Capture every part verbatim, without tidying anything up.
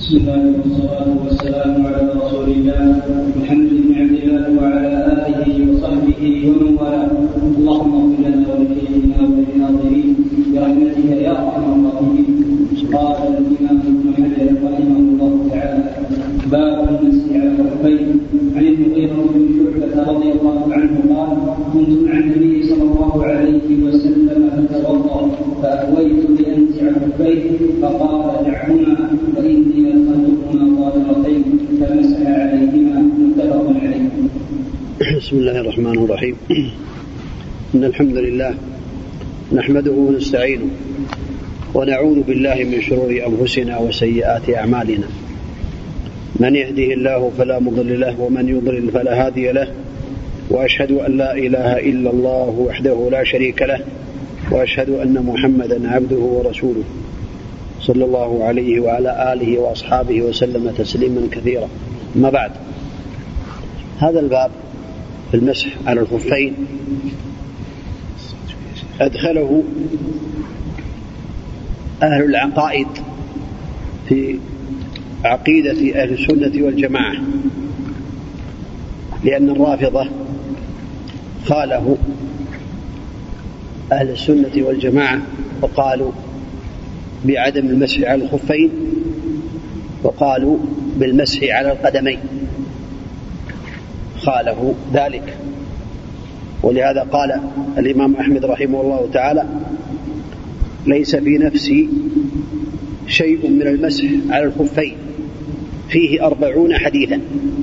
بسم الله والصلاة والسلام على رسول الله محمد بن عبد الله وعلى آله وصحبه ومن والاه. اللهم اغفر لنا ولشيخنا وللناظرين برحمتك يا أرحم الراحمين. قال الإمام ابن حجر رحمه الله تعالى: باب المسح على الخفين. عن المغيرة بن شعبة رضي الله عنه قال: كنت مع النبي صلى الله عليه وسلم فتوضأ فأهويت لأنزع خفيه فقال: دعهما فإني أدخلتهما طاهرتين فمسح عليهما. متفق عليه. بسم الله الرحمن الرحيم. إن الحمد لله نحمده ونستعينه ونعوذ بالله من شرور أنفسنا وسيئات أعمالنا. من يهده الله فلا مضل له ومن يضلل فلا هادي له، وأشهد أن لا إله إلا الله وحده لا شريك له، وأشهد أن محمدا عبده ورسوله صلى الله عليه وعلى آله وأصحابه وسلم تسليما كثيرا. ما بعد، هذا الباب في المسح على الخفين أدخله أهل العقائد في عقيدة أهل السنة والجماعة، لأن الرافضة خالفوا أهل السنة والجماعة وقالوا بعدم المسح على الخفين، وقالوا بالمسح على القدمين، خالفوا ذلك. ولهذا قال الإمام أحمد رحمه الله تعالى: ليس في نفسي شيء من المسح على الخفين، فيه أربعون حديثا.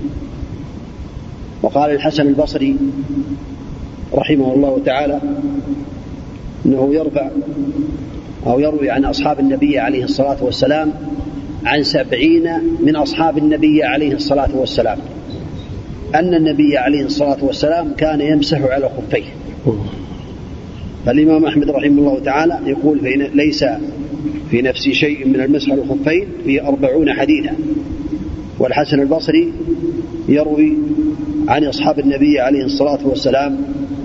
وقال الحسن البصري رحمه الله تعالى أنه يرفع أو يروي عن أصحاب النبي عليه الصلاة والسلام عن سبعين من أصحاب النبي عليه الصلاة والسلام أن النبي عليه الصلاة والسلام كان يمسح على خفيه. فالإمام أحمد رحمه الله تعالى يقول: ليس في نفسي شيء من المسح على الخفين، فيه أربعون حديثا. والحسن البصري يروي عن أصحاب النبي عليه الصلاة والسلام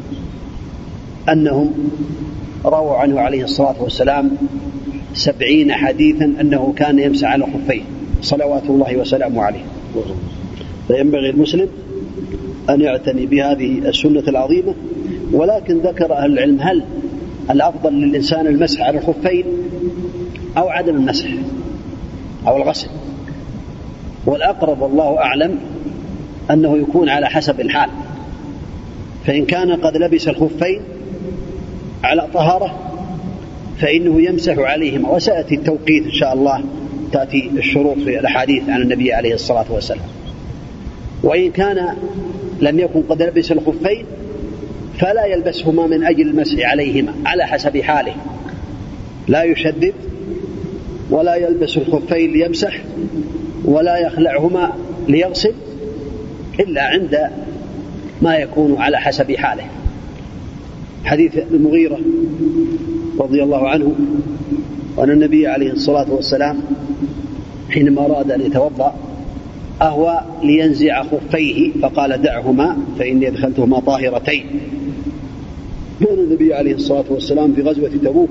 أنهم رووا عنه عليه الصلاة والسلام سبعين حديثا أنه كان يمسح على خفيه صلوات الله وسلامه عليه. فينبغي المسلم أن يعتني بهذه السنة العظيمة. ولكن ذكر أهل العلم: هل الأفضل للإنسان المسح على الخفين أو عدم المسح أو الغسل؟ والأقرب والله أعلم أنه يكون على حسب الحال. فإن كان قد لبس الخفين على طهارة فإنه يمسح عليهما، وسيأتي التوقيت إن شاء الله، تأتي الشروط في الأحاديث عن النبي عليه الصلاة والسلام. وإن كان لم يكن قد لبس الخفين فلا يلبسهما من أجل المسح عليهما، على حسب حاله، لا يشدد ولا يلبس الخفين ليمسح ولا يخلعهما ليغسل، إلا عند ما يكون على حسب حاله. حديث المغيرة رضي الله عنه وأن النبي عليه الصلاة والسلام حينما أراد أن يتوضأ أهوى لينزع خفيه فقال: دعهما فإني أدخلتهما طاهرتين. كان النبي عليه الصلاة والسلام في غزوة تبوك،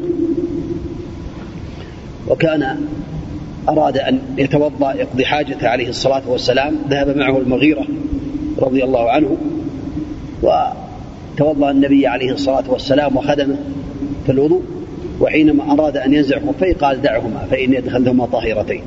وكان أراد أن يتوضأ يقضي حاجته عليه الصلاة والسلام، ذهب معه المغيرة رضي الله عنه، وتوضأ النبي عليه الصلاة والسلام وخدمه في الوضوء. وحينما أراد أن ينزع خفيه قال: دعهما فإني أدخلتهما طاهرتين.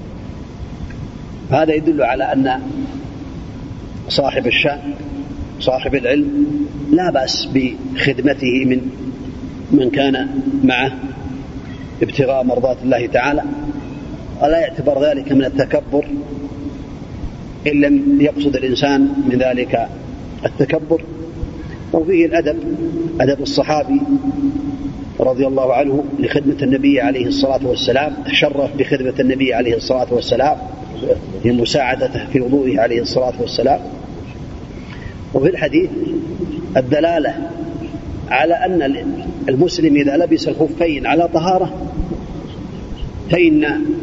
هذا يدل على أن صاحب الشأن صاحب العلم لا بأس بخدمته من من كان معه ابتغاء مرضات الله تعالى، ولا يعتبر ذلك من التكبر إن لم يقصد الإنسان من ذلك التكبر. وفيه الأدب، أدب الصحابي رضي الله عنه لخدمة النبي عليه الصلاة والسلام، تشرف بخدمة النبي عليه الصلاة والسلام لمساعدته في وضوءه عليه الصلاة والسلام. وفي الحديث الدلالة على أن المسلم إذا لبس الخفين على طهارة فإن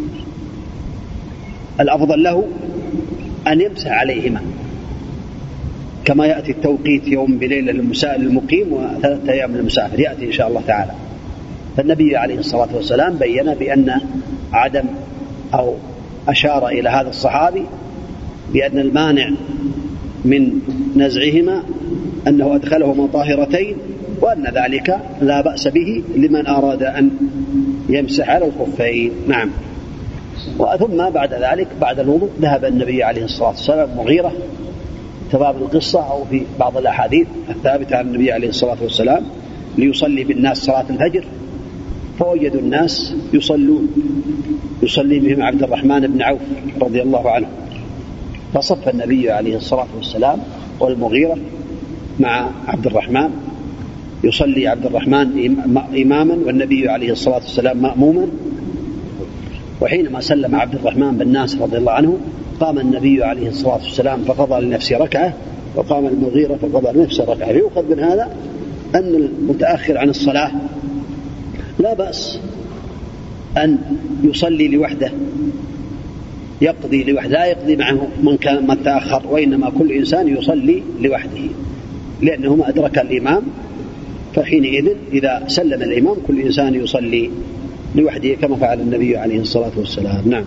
الأفضل له أن يمسح عليهما، كما يأتي التوقيت يوم بليلة للمقيم وثلاثة أيام للمسافر، يأتي إن شاء الله تعالى. فالنبي عليه الصلاة والسلام بيّن بأن عدم أو أشار إلى هذا الصحابي بأن المانع من نزعهما أنه أدخلهما طاهرتين، وأن ذلك لا بأس به لمن أراد أن يمسح على الخفين. نعم. ثم بعد ذلك بعد الوضوء ذهب النبي عليه الصلاة والسلام مغيرة تمام القصة أو في بعض الأحاديث الثابتة عن النبي عليه الصلاة والسلام ليصلي بالناس صلاة الفجر، فوجدوا الناس يصلون يصلي بهم عبد الرحمن بن عوف رضي الله عنه، فصف النبي عليه الصلاة والسلام والمغيرة مع عبد الرحمن، يصلي عبد الرحمن إماما والنبي عليه الصلاة والسلام مأموما. وحينما سلم عبد الرحمن بن ناصر رضي الله عنه قام النبي عليه الصلاة والسلام فقضى لنفسه ركعة، وقام المغيرة فقضى لنفسه ركعة. يؤخذ من هذا أن المتأخر عن الصلاة لا بأس أن يصلي لوحده، يقضي لوحده، لا يقضي معه من كان من تأخر، وإنما كل إنسان يصلي لوحده لأنه ما أدرك الإمام، فحينئذ إذا سلم الإمام كل إنسان يصلي لوحده كما فعل النبي عليه الصلاة والسلام. نعم.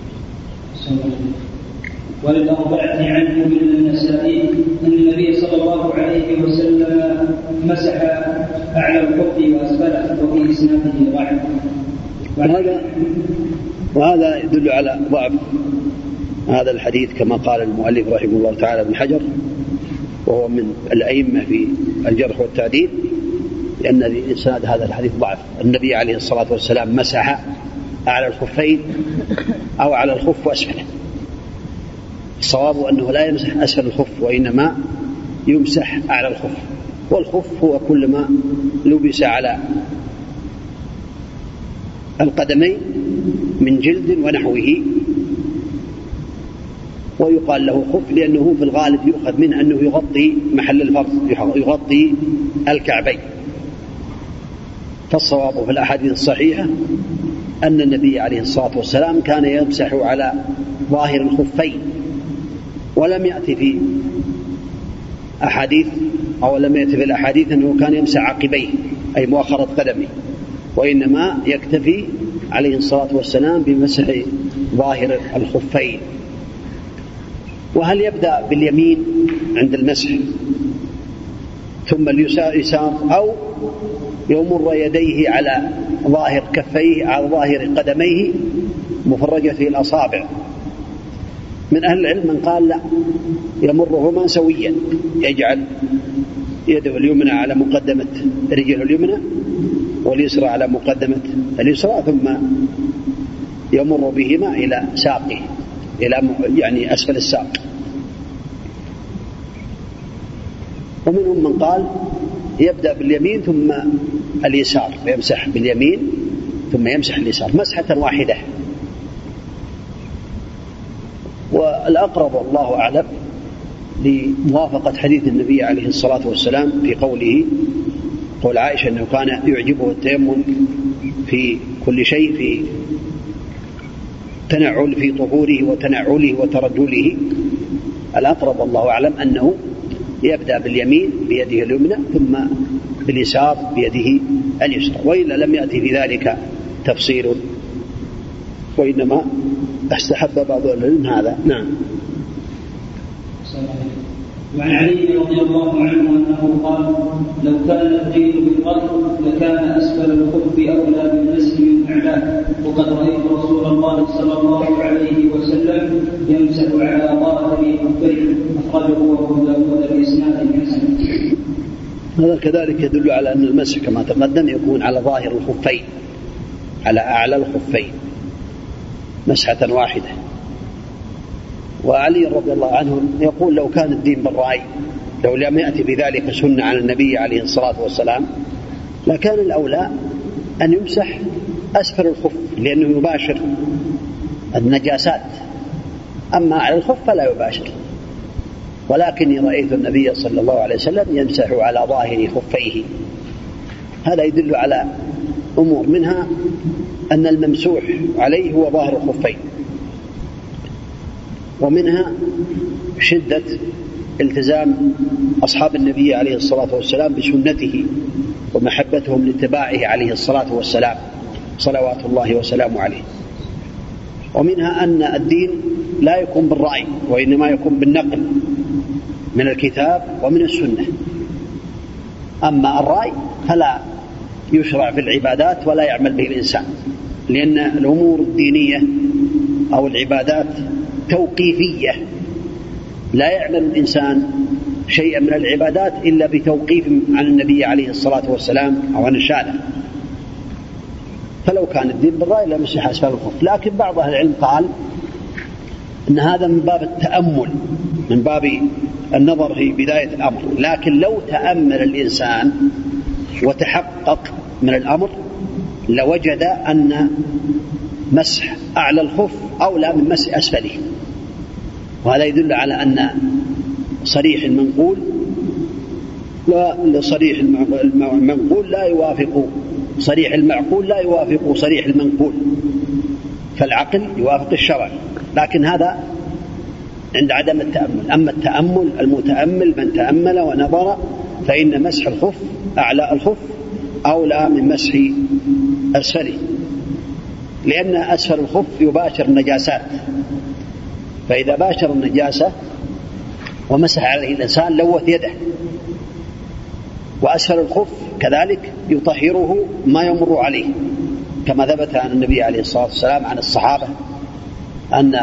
وللأربعة عنه من النسائي أن النبي صلى الله عليه وسلم مسح أعلى الخف وأسفله وفي إسناده ضعف. وهذا وهذا يدل على ضعف هذا الحديث كما قال المؤلف رحمه الله تعالى ابن حجر، وهو من الأئمة في الجرح والتعديل، لأن إسناد هذا الحديث ضعف. النبي عليه الصلاة والسلام مسح أعلى الخفين أو على الخف وأسفله. الصواب أنه لا يمسح أسفل الخف، وإنما يمسح أعلى الخف، والخف هو كل ما لبس على القدمين من جلد ونحوه، ويقال له خف لأنه في الغالب يؤخذ منه أنه يغطي محل الفرض، يغطي الكعبين. فالصواب في الأحاديث الصحيحة أن النبي عليه الصلاة والسلام كان يمسح على ظاهر الخفين، ولم يأتي في أحاديث أو لم يأتي في الأحاديث أنه كان يمسح عقبيه أي مؤخرة قدمه، وإنما يكتفي عليه الصلاة والسلام بمسح ظاهر الخفين. وهل يبدأ باليمين عند المسح ثم اليسار، أو يمر يديه على ظاهر كفيه على ظاهر قدميه مفرجة الأصابع؟ من أهل العلم من قال لا، يمرهما سويا، يجعل يده اليمنى على مقدمة رجله اليمنى واليسرى على مقدمة اليسرى، ثم يمر بهما إلى ساقه، إلى يعني أسفل الساق. ومنهم من قال يبدأ باليمين ثم اليسار، يمسح باليمين ثم يمسح اليسار مسحة واحدة. والأقرب والله أعلم لموافقة حديث النبي عليه الصلاة والسلام في قوله قول عائشة أنه كان يعجبه التيمم في كل شيء، في تنعل في طهوره وتنعله وترجله. الأقرب والله أعلم أنه يبدأ باليمين بيده اليمنى ثم باليسار بيده اليسرى، وإلا لم يأتي في ذلك تفصيل، وإنما استحب بعض العلم هذا. نعم. وعن علي رضي الله عنه أنه قال لو كان الدين بالقلب لكان أسفل الخف أولى بالمسح من أعلاه، وقد رأيت رسول الله صلى الله عليه وسلم يمسح على ظاهر خفيه، أخرجه أبو داود بإسناد حسن. هذا كذلك يدل على أن المسح كما تقدم يكون على ظاهر الخفين، على أعلى الخفين مسحة واحدة. وعلي رضي الله عنه يقول لو كان الدين بالرأي، لو لم يأتي بذلك سنة عن النبي عليه الصلاة والسلام، لكان الأولى أن يمسح أسفل الخف لأنه يباشر النجاسات، أما على الخف فلا يباشر. ولكني رأيت النبي صلى الله عليه وسلم يمسح على ظاهر خفيه. هذا يدل على أمور، منها أن الممسوح عليه هو ظاهر الخفين، ومنها شدة التزام أصحاب النبي عليه الصلاة والسلام بسنته ومحبتهم لاتباعه عليه الصلاة والسلام صلوات الله وسلامه عليه. ومنها أن الدين لا يكون بالرأي وإنما يكون بالنقل من الكتاب ومن السنة. أما الرأي فلا يشرع في العبادات ولا يعمل به الإنسان، لأن الأمور الدينية أو العبادات توقيفية، لا يعمل الإنسان شيئا من العبادات إلا بتوقيف عن النبي عليه الصلاة والسلام أو عن الشارع. فلو كان الدين بالرأي لمسح أسفل الخف. لكن بعض أهل العلم قال أن هذا من باب التأمل، من باب النظر في بداية الأمر، لكن لو تأمل الإنسان وتحقق من الأمر لوجد أن مسح أعلى الخف أولى من مسح أسفله. وهذا يدل على أن صريح المنقول لا صريح المنقول لا يوافق صريح المعقول لا يوافق صريح المنقول، فالعقل يوافق الشرع، لكن هذا عند عدم التأمل. أما التأمل المتأمل من تأمل ونظر فإن مسح الخف أعلى الخف أولى من مسح أسفله، لأن أسفل الخف يباشر النجاسات، فإذا باشر النجاسة ومسح عليه الإنسان لوث يده. وأسفل الخف كذلك يطهره ما يمر عليه، كما ثبت عن النبي عليه الصلاة والسلام عن الصحابة أن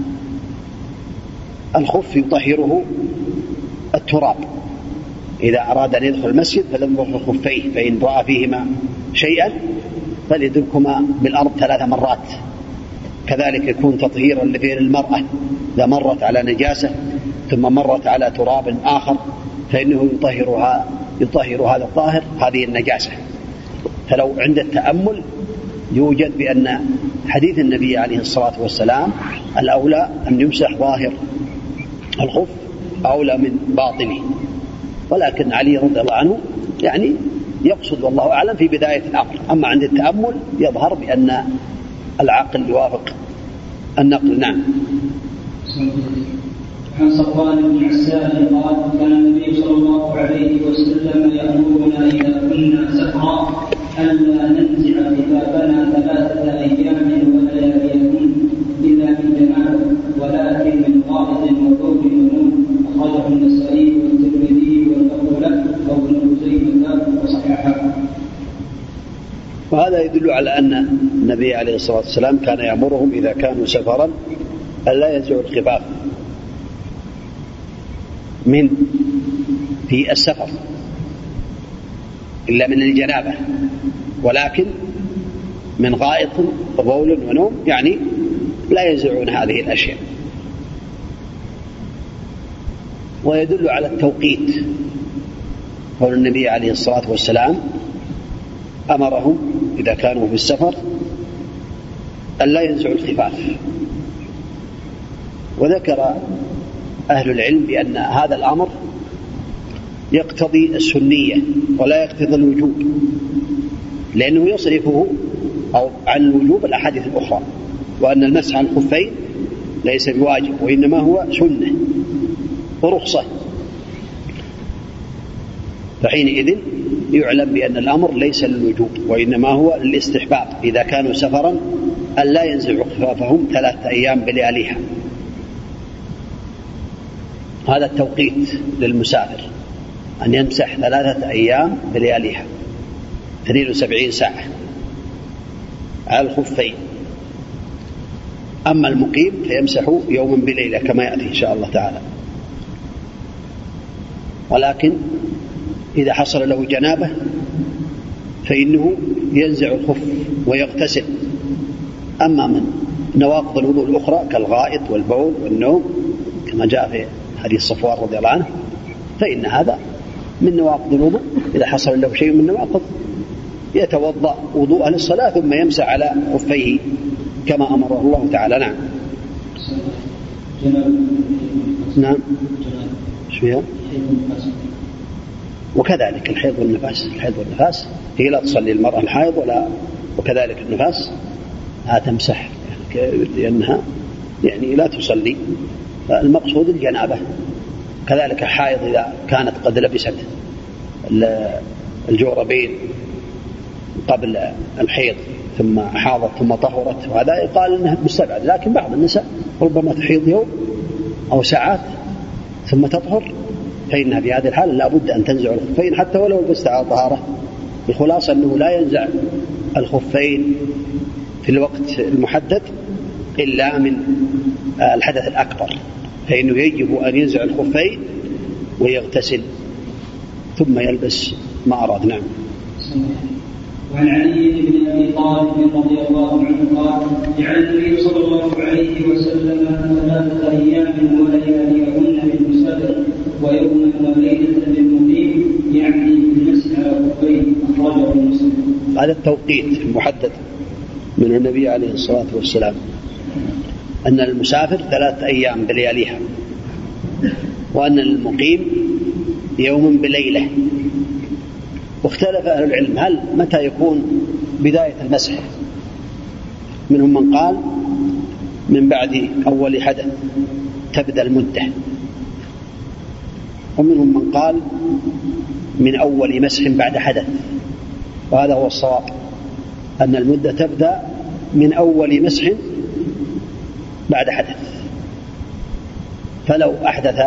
الخف يطهره التراب، إذا أراد أن يدخل المسجد فلينظر في خفيه، فإن رأى فيهما شيئا فليدركهما بالأرض ثلاث مرات. كذلك يكون تطهيرا لغير المرأة إذا مرت على نجاسة ثم مرت على تراب آخر فإنه يطهرها يطهر هذا الطاهر هذه النجاسة. فلو عند التأمل يوجد بأن حديث النبي عليه الصلاة والسلام الأولى أن يمسح ظاهر الخف أولى من باطنه، ولكن علي رضي الله عنه يعني يقصد والله أعلم في بداية الأمر. أما عند التأمل يظهر بأن العقل يوافق النقل. نعم. عن صفوان بن عسال قال كان النبي صلى الله عليه وسلم يأمرنا إذا كنا سكرى ألا ننزع خفافنا ثلاثة أيام ولياليهن إلا من جنابة ولكن من غائط وثوب ونوم. أخرجه النسائي والترمذي واللفظ له وابن خزيمة وصححه. وهذا يدل على أن النبي عليه الصلاة والسلام كان يأمرهم إذا كانوا سفرا ألا ينزعوا الخفاف من في السفر إلا من الجنابة، ولكن من غائط وبول ونوم، يعني لا ينزعون هذه الأشياء. ويدل على التوقيت قول النبي عليه الصلاة والسلام أمرهم إذا كانوا في السفر ألا ينزعوا الخفاف. وذكر أهل العلم بأن هذا الأمر يقتضي السنية ولا يقتضي الوجوب، لأنه يصرفه أو عن الوجوب الأحاديث الأخرى، وأن المسح على الخفين ليس بواجب وإنما هو سنة ورخصة. فحينئذ يعلم بأن الأمر ليس للوجوب وإنما هو للاستحباب إذا كانوا سفرا ألا ينزعوا خفافهم ثلاثة أيام بلياليها. هذا التوقيت للمسافر أن يمسح ثلاثة أيام بلياليها اثنين وسبعين ساعة على الخفين. أما المقيم فيمسح يوما بليلة كما يأتي إن شاء الله تعالى. ولكن إذا حصل له جنابة فإنه ينزع الخف ويغتسل. أما من نواقض الوضوء الأخرى كالغائط والبول والنوم كما جاء في حديث صفوان رضي الله عنه فإن هذا من نواقض الوضوء. إذا حصل له شيء من نواقض يتوضأ وضوء للصلاة ثم يمسح على خفيه كما أمره الله تعالى. نعم. نعم. شوية. وكذلك الحيض والنفاس الحيض والنفاس هي لا تصلي المرأة الحائض ولا وكذلك النفاس لا تمسح لأنها يعني لا تصلي. المقصود الجنابة. كذلك الحائض إذا كانت قد لبست الجوربين قبل الحيض ثم حاضت ثم طهرت، وهذا يقال أنها مستبعد. لكن بعض النساء ربما تحيض يوم أو ساعات ثم تطهر، فإنها في هذه الحالة لا بد أن تنزع الخفين حتى ولو لبست على طهارة. بخلاصة أنه لا ينزع الخفين في الوقت المحدد إلا من الحدث الأكبر، فإنه يجب أن ينزع الخفين ويغتسل ثم يلبس ما أراد. نعم. وعن علي بن أبي طالب رضي الله عنه قال: جعل النبي صلى الله عليه وسلم ثلاثة أيام ولياليهن للمسافر ويوما وليلة للمقيم، يعني بالمسح على الخفين. أخرجه مسلم. هذا التوقيت المحدد من النبي عليه الصلاة والسلام أن المسافر ثلاثة أيام بلياليها، وأن المقيم يوم بليلة. واختلف أهل العلم هل متى يكون بداية المسح. منهم من قال من بعد أول حدث تبدأ المدة، ومنهم من قال من أول مسح بعد حدث، وهذا هو الصواب، أن المدة تبدأ من أول مسح بعد حدث. فلو أحدث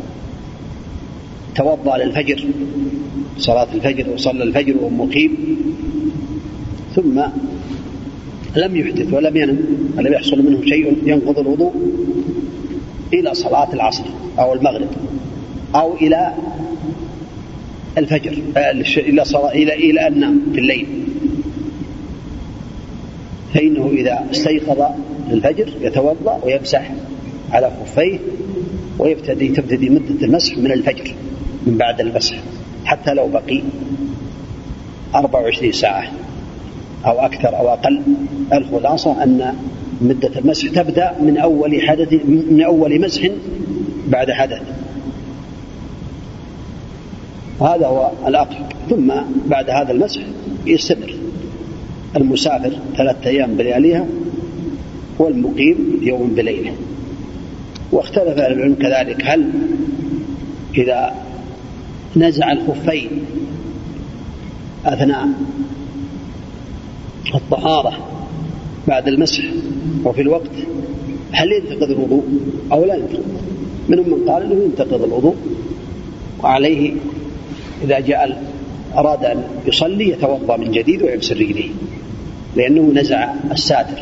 توضأ للفجر صلاة الفجر وصلى الفجر وهو مقيم ثم لم يحدث ولم ينم ولم يحصل منه شيء ينقض الوضوء إلى صلاة العصر أو المغرب أو إلى الفجر إلى صلاة إلى إلى النوم في الليل، فإنه إذا استيقظ للفجر يتوضأ ويمسح على خفيه، ويبتدي تبتدي مدة المسح من الفجر من بعد المسح حتى لو بقي أربع وعشرين ساعة أو أكثر أو أقل. الخلاصة أن مدة المسح تبدأ من أول حدث من أول مسح بعد حدث، هذا هو الأقرب. ثم بعد هذا المسح يستمر المسافر ثلاثة أيام بلياليها والمقيم يوم بليله. واختلف أهل العلم كذلك هل إذا نزع الخفين أثناء الطهارة بعد المسح وفي الوقت هل ينتقض الوضوء أو لا ينتقض. منهم من قال أنه ينتقض الوضوء، وعليه إذا جاء أراد أن يصلي يتوضأ من جديد ويغسل رجليه لأنه نزع الساتر.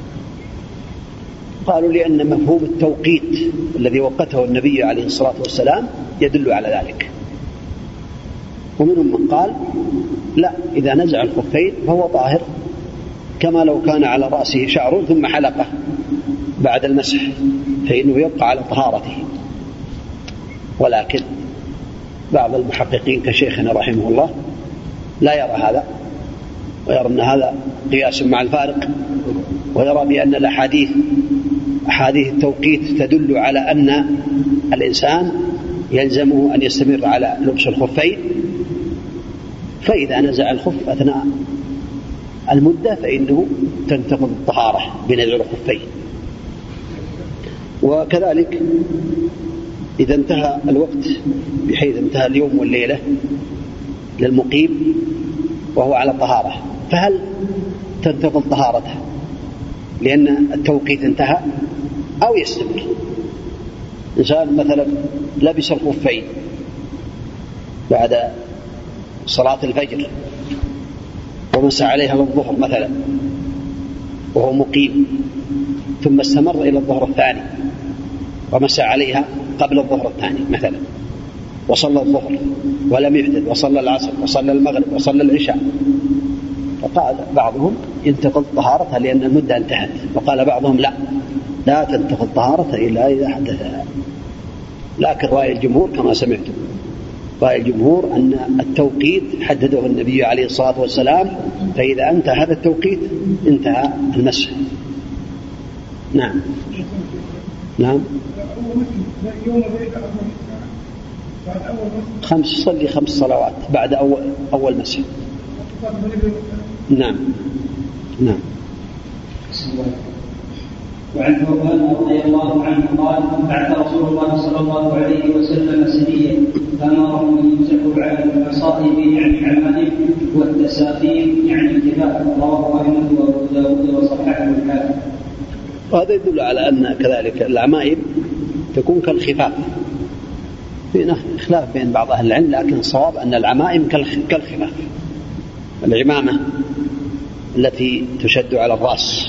قالوا لأن مفهوم التوقيت الذي وقته النبي عليه الصلاة والسلام يدل على ذلك. ومنهم من قال لا، إذا نزع الخفين فهو طاهر كما لو كان على رأسه شعر ثم حلقه بعد المسح، فإنه يبقى على طهارته. ولكن بعض المحققين كشيخنا رحمه الله لا يرى هذا، ويرى أن هذا قياس مع الفارق، ويرى بأن الأحاديث أحاديث التوقيت تدل على أن الإنسان يلزمه أن يستمر على لبس الخفين، فإذا نزع الخف أثناء المدة فإنه تنتقض الطهارة بنزع الخفين. وكذلك إذا انتهى الوقت بحيث انتهى اليوم والليلة للمقيم وهو على طهارة، فهل تنتقض طهارته لأن التوقيت انتهى أو يستمر؟ إنسان مثلا لبس الخفين بعد صلاة الفجر ومسح عليها للظهر مثلا وهو مقيم، ثم استمر إلى الظهر الثاني ومسح عليها قبل الظهر الثاني مثلا، وصلى الظهر ولم يحدث، وصلى العصر وصلى المغرب وصلى العشاء، فقال بعضهم ينتقض طهارتها لأن المدة انتهت، وقال بعضهم لا لا تنتقض طهارتها إلا إذا حدثها. لكن رأي الجمهور كما سمعتم، رأي الجمهور أن التوقيت حدده النبي عليه الصلاة والسلام، فإذا انتهى هذا التوقيت انتهى المسح. نعم نعم خمس صلي خمس صلوات بعد أول أول مسح. نعم نعم. وعن ثوبان رضي الله عنه قال: بعث رسول الله صلى الله عليه وسلم سريا فأمرهم أن يمسحوا على المصائب يعني العمائم والتساقيم يعني الكفاف. رواه أحمد وأبو داود وصححه الحاكم. وهذا يدل على أن كذلك العمائم تكون كالخفاف. في خلاف بين بعض أهل العلم، لكن الصواب أن العمائم كالخفاف. العمامة التي تشد على الرأس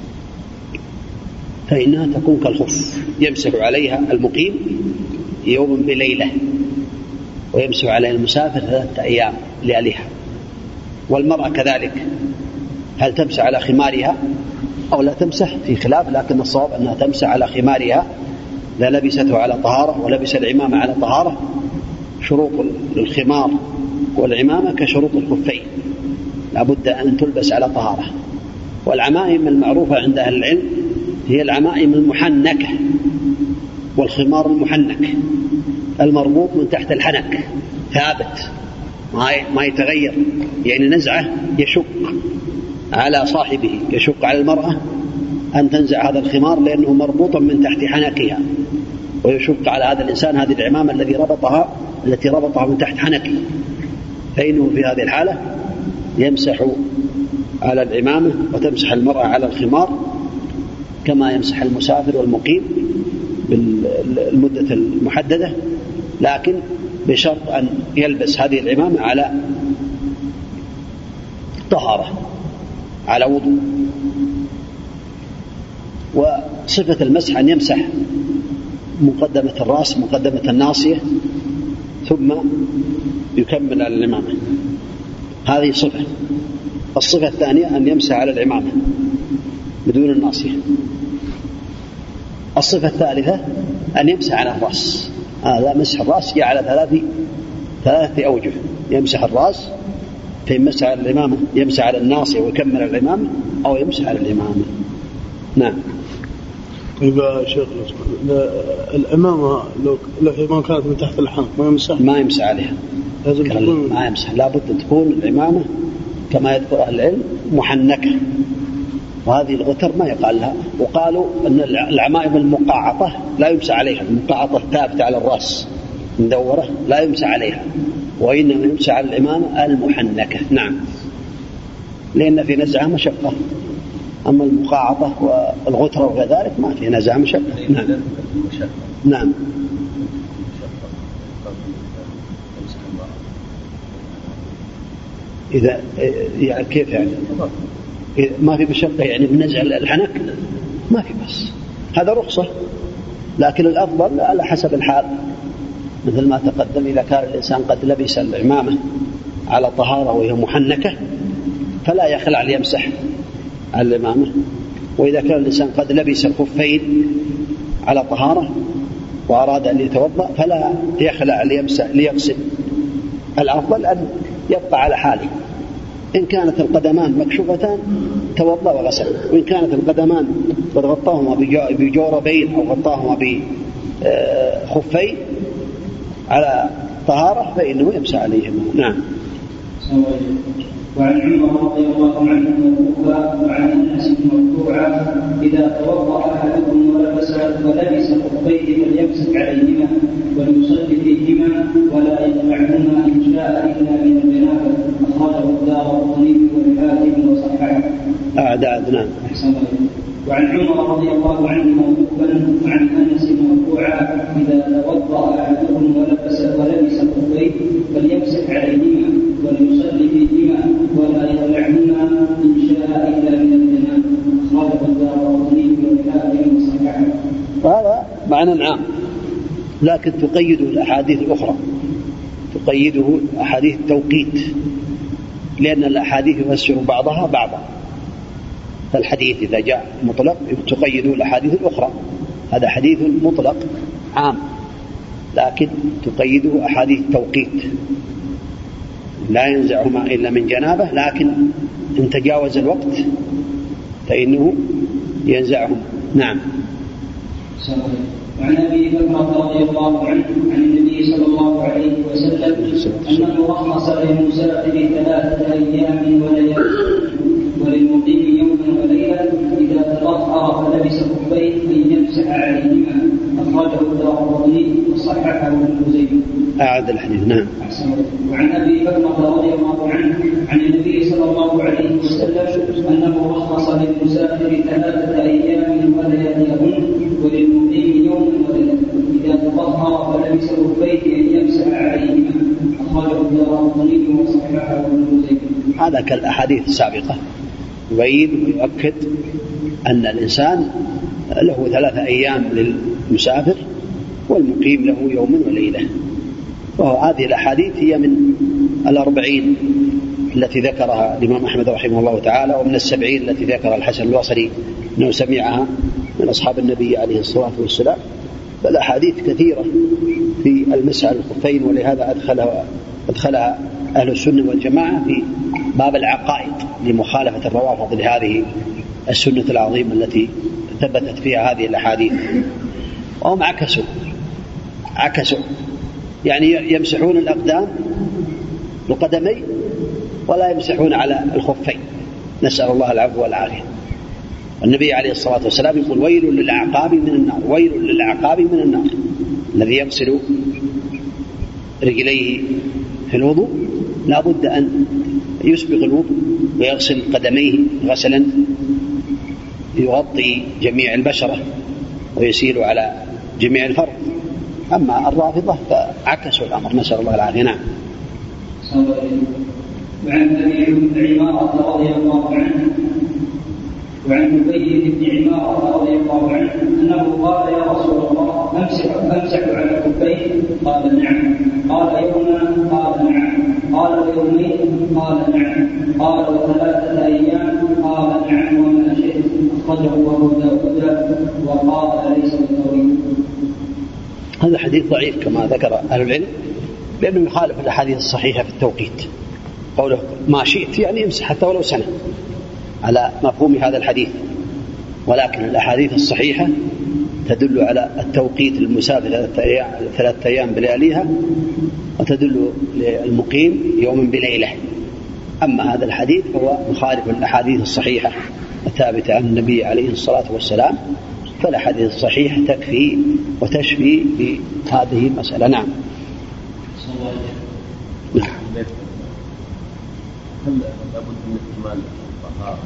فإنها تكون كالخف، يمسح عليها المقيم يوم بليلة، ويمسح عليها المسافر ثلاثة أيام لياليها. والمرأة كذلك، هل تمسح على خمارها أو لا تمسح في خلاف، لكن الصواب أنها تمسح على خمارها لا لبسته على طهارة ولبس العمامة على طهارة. شروط الخمار والعمامة كشروط الخفين، لابد أن تلبس على طهارة. والعمائم المعروفة عند أهل العلم هي العمائم المحنكة، والخمار المحنك المربوط من تحت الحنك ثابت ما يتغير، يعني نزعه يشق على صاحبه، يشق على المرأة أن تنزع هذا الخمار لأنه مربوط من تحت حنكها، ويشق على هذا الإنسان هذه العمامة الذي ربطها التي ربطها من تحت حنكه، فإنه في هذه الحالة يمسح على العمامة وتمسح المرأة على الخمار كما يمسح المسافر والمقيم بالمدة المحددة، لكن بشرط أن يلبس هذه العمامة على طهارة، على وضوء. وصفة المسح أن يمسح مقدمة الرأس مقدمة الناصية ثم يكمل على العمامة، هذه صفة. الصفة الثانية أن يمسح على العمامة بدون الناصية. الصفة الثالثة أن يمسح على الرأس. هذا آه مسح الرأس جاء على ثلاث ثلاثة أوجه: يمسح الرأس، فيمسح على العمامة، يمسح على الناصية ويكمل على العمامة، أو يمسح على العمامة. نعم. يبقى شيخ العمامة لو لو كانت من تحت الحنك ما يمسح ما يمسح عليها، لازم تكون ما يمسح، لابد أن تكون العمامة كما يذكر أهل العلم محنكة، وهذه الغتر ما يقال لها. وقالوا أن العمائم المقاعطة لا يمسح عليها، المقاعطة ثابتة على الرأس مدورة لا يمسح عليها، وإنما يمسح على العمامة المحنكة. نعم، لأن في نزعها مشقة، أما المقاعطة والغترة وكذلك ما في نزعها مشقة. نعم. نعم. إذا يعني كيف يعني ما في مشقة يعني بنزع الحنك ما في، بس هذا رخصة، لكن الأفضل على حسب الحال، مثل ما تقدم. إذا كان الإنسان قد لبس العمامة على طهارة وهي محنكة فلا يخلع ليمسح على العمامة، وإذا كان الإنسان قد لبس الخفين على طهارة وأراد أن يتوضأ فلا يخلع ليمسح ليغسل. الأفضل أن يبقى على حاله، إن كانت القدمان مكشوفتان توضأ وغسل، وإن كانت القدمان قد غطاهما بجوربين أو غطاهما بخفين على طهارة فإنه يمسح عليهما. نعم. وعن عمر رضي الله عنه مرفوعا وعن انس مرفوعا: اذا توضا احدكم ولبس ولبس خفيه فليمسك عليهما وليصلي فيهما ولا يخلعهما ان شاء الا من الجنابه. اخرجه الدارقطني والحاكم وصححه. اعداد. نعم. وعن عمر رضي الله عنه مرفوعا وعن انس مرفوعا: اذا توضا احدكم ولبس ولبس خفيه فليمسك عليهما وليصلي فيهما ولا يخلعهما إن شاء إلا من الجنابة. أخرجه الدارقطني والحاكم وصححه. هذا معنى عام، لكن تقيده الأحاديث الأخرى، تقيده أحاديث التوقيت، لأن الأحاديث يفسر بعضها بعضا. فالحديث إذا جاء مطلق تقيده الأحاديث الأخرى، هذا حديث مطلق عام، لكن تقيده أحاديث التوقيت، لا ينزعهما إلا من جنابه، لكن إن تجاوز الوقت فإنه ينزعهم. نعم. وعن أبي بكر رضي الله عنه عن النبي صلى الله عليه وسلم أنه رخص للمسافر ثلاثة أيام وليالي وللمقيم يوما وليلة إذا تطهر فلبس خفين أن يمسح عليهما. أخرجه الدارقطني وصححه ابن خزيمة. أعد الحديث. نعم. وعن أبي بكر رضي الله عنه عن النبي صلى الله عليه وسلم أنه رخص للمسافر ثلاثة أيام ولياليهن وللمقيم يوما وليلة إذا تطهر فلبس خفيه أن يمسح عليهما. أخرجه الدارقطني وصححه ابن خزيمة. هذا كالأحاديث السابقة يبين ويؤكد أن الإنسان له ثلاثة أيام للمسافر والمقيم له يوم وليلة. وهذه الأحاديث هي من الأربعين التي ذكرها الإمام أحمد رحمه الله تعالى، ومن السبعين التي ذكرها الحسن البصري أنه سمعها من أصحاب النبي عليه الصلاة والسلام. فالأحاديث كثيرة في المسح على الخفين، ولهذا أدخلها, أدخلها أهل السنة والجماعة في باب العقائد لمخالفة الروافض لهذه السنة العظيمة التي ثبتت فيها هذه الأحاديث. وهم عكسوا عكسوا يعني يمسحون الأقدام القدمين ولا يمسحون على الخفين، نسأل الله العفو والعافية. النبي عليه الصلاة والسلام يقول ويل للأعقاب من النار، ويل للأعقاب من النار. الذي يغسل رجليه في الوضوء لا بد أن يسبق الوضوء ويغسل قدميه غسلا يغطي جميع البشرة ويسيل على جميع الفرد. أما الرافضة فعكسوا الأمر، نسأل الله العافية. نعم. وعن أبي عمارة رضي الله عنه وعن أبي بن عمارة رضي الله عنه أنه قال يا رسول الله أمسح أمسح على كفيه؟ قال نعم. قال يوما؟ قال نعم. قال يومين؟ قال نعم. قال وثلاثة أيام؟ قال نعم وما شئت. أخرجه أبو داود وقال ليس بالطويل. هذا حديث ضعيف كما ذكر أهل العلم، لأنه يخالف الأحاديث الصحيحة في التوقيت. قوله ما شئت يعني امسح حتى ولو سنة على مفهوم هذا الحديث، ولكن الأحاديث الصحيحة تدل على التوقيت للمسافر ثلاثة أيام بلياليها، وتدل للمقيم يوم بليلة. أما هذا الحديث فهو مخالف الأحاديث الصحيحة الثابتة عن النبي عليه الصلاة والسلام، فالأحاديث الصحيحة تكفي وتشفي في هذه المسألة. نعم. نعم. هل لابد من اكتمال الطهارة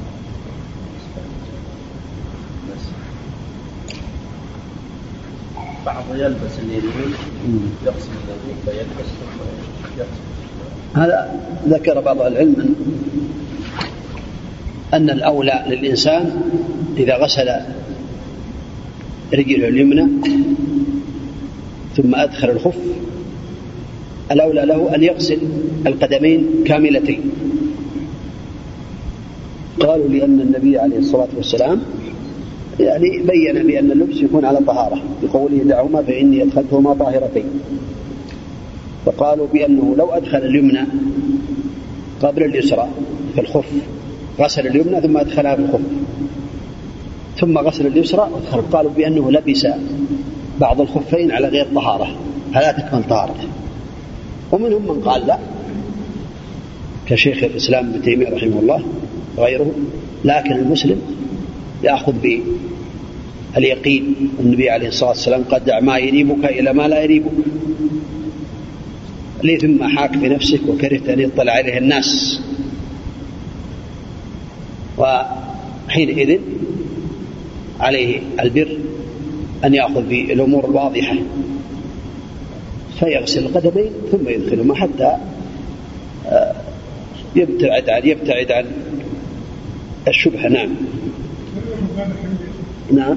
بعض يلبس اليمين يغسل اليمين فيلبس هذا ذكر بعض العلم أن الأولى للإنسان إذا غسل رجله اليمنى ثم أدخل الخف الأولى له أن يغسل القدمين كاملتين. قالوا لأن النبي عليه الصلاة والسلام يعني بين بأن اللبس يكون على طهارة بقوله دعهما فإني أدخلتهما طاهرتين. فقالوا بأنه لو أدخل اليمنى قبل اليسرى في الخف غسل اليمنى ثم أدخلها في الخف ثم غسل اليسرى وأدخل، قالوا بأنه لبس بعض الخفين على غير طهارة فلا تكمل طهارته. ومنهم من قال لا كشيخ الإسلام ابن تيمية رحمه الله وغيره، لكن المسلم يأخذ باليقين. النبي عليه الصلاة والسلام قد دع ما يريبك إلى ما لا يريبك لي ثم حاك في نفسك وكرهت أن يطلع عليه الناس. وحينئذ عليه البر أن يأخذ بالأمور الواضحة فيغسل القدمين ثم يدخلهما حتى يبتعد عن يبتعد عن الشبهة. نعم. نعم.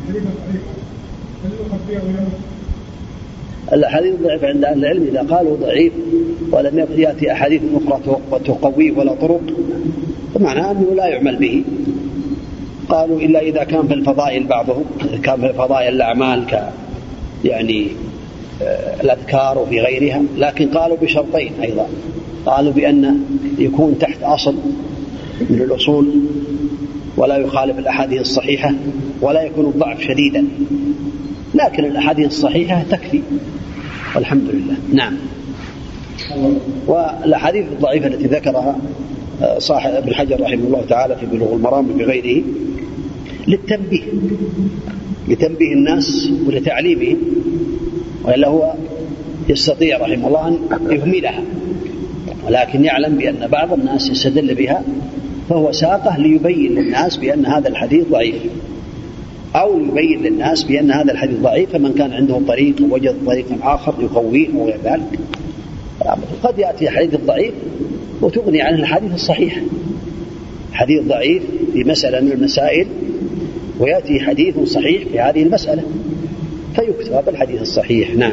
الحديث ضعيف عند أهل العلم إذا قالوا ضعيف ولم يأتي أحاديث أخرى وتقويه ولا طرق فمعناه أنه لا يعمل به. قالوا إلا إذا كان في الفضائل بعضهم كان في فضائل الأعمال ك يعني الأذكار وفي غيرها، لكن قالوا بشرطين أيضا. قالوا بأن يكون تحت أصل من الأصول ولا يخالف الأحاديث الصحيحة ولا يكون الضعف شديدا، لكن الأحاديث الصحيحة تكفي والحمد لله. نعم. والأحاديث الضعيفة التي ذكرها صاحب ابن حجر رحمه الله تعالى في بلوغ المرام وبغيره للتنبيه لتنبيه الناس ولتعليمهم، وإلا هو يستطيع رحمه الله أن يهملها، ولكن يعلم بأن بعض الناس يستدل بها فهو ساقه ليبين للناس بأن هذا الحديث ضعيف، أو يبين للناس بأن هذا الحديث ضعيف، فمن كان عنده طريق وجد طريقا آخر يقويه أو غير ذلك. قد يأتي حديث ضعيف وتغني عن الحديث الصحيح، حديث ضعيف في مسألة من المسائل ويأتي حديث صحيح في هذه المسألة فيكتب الحديث الصحيح. نعم.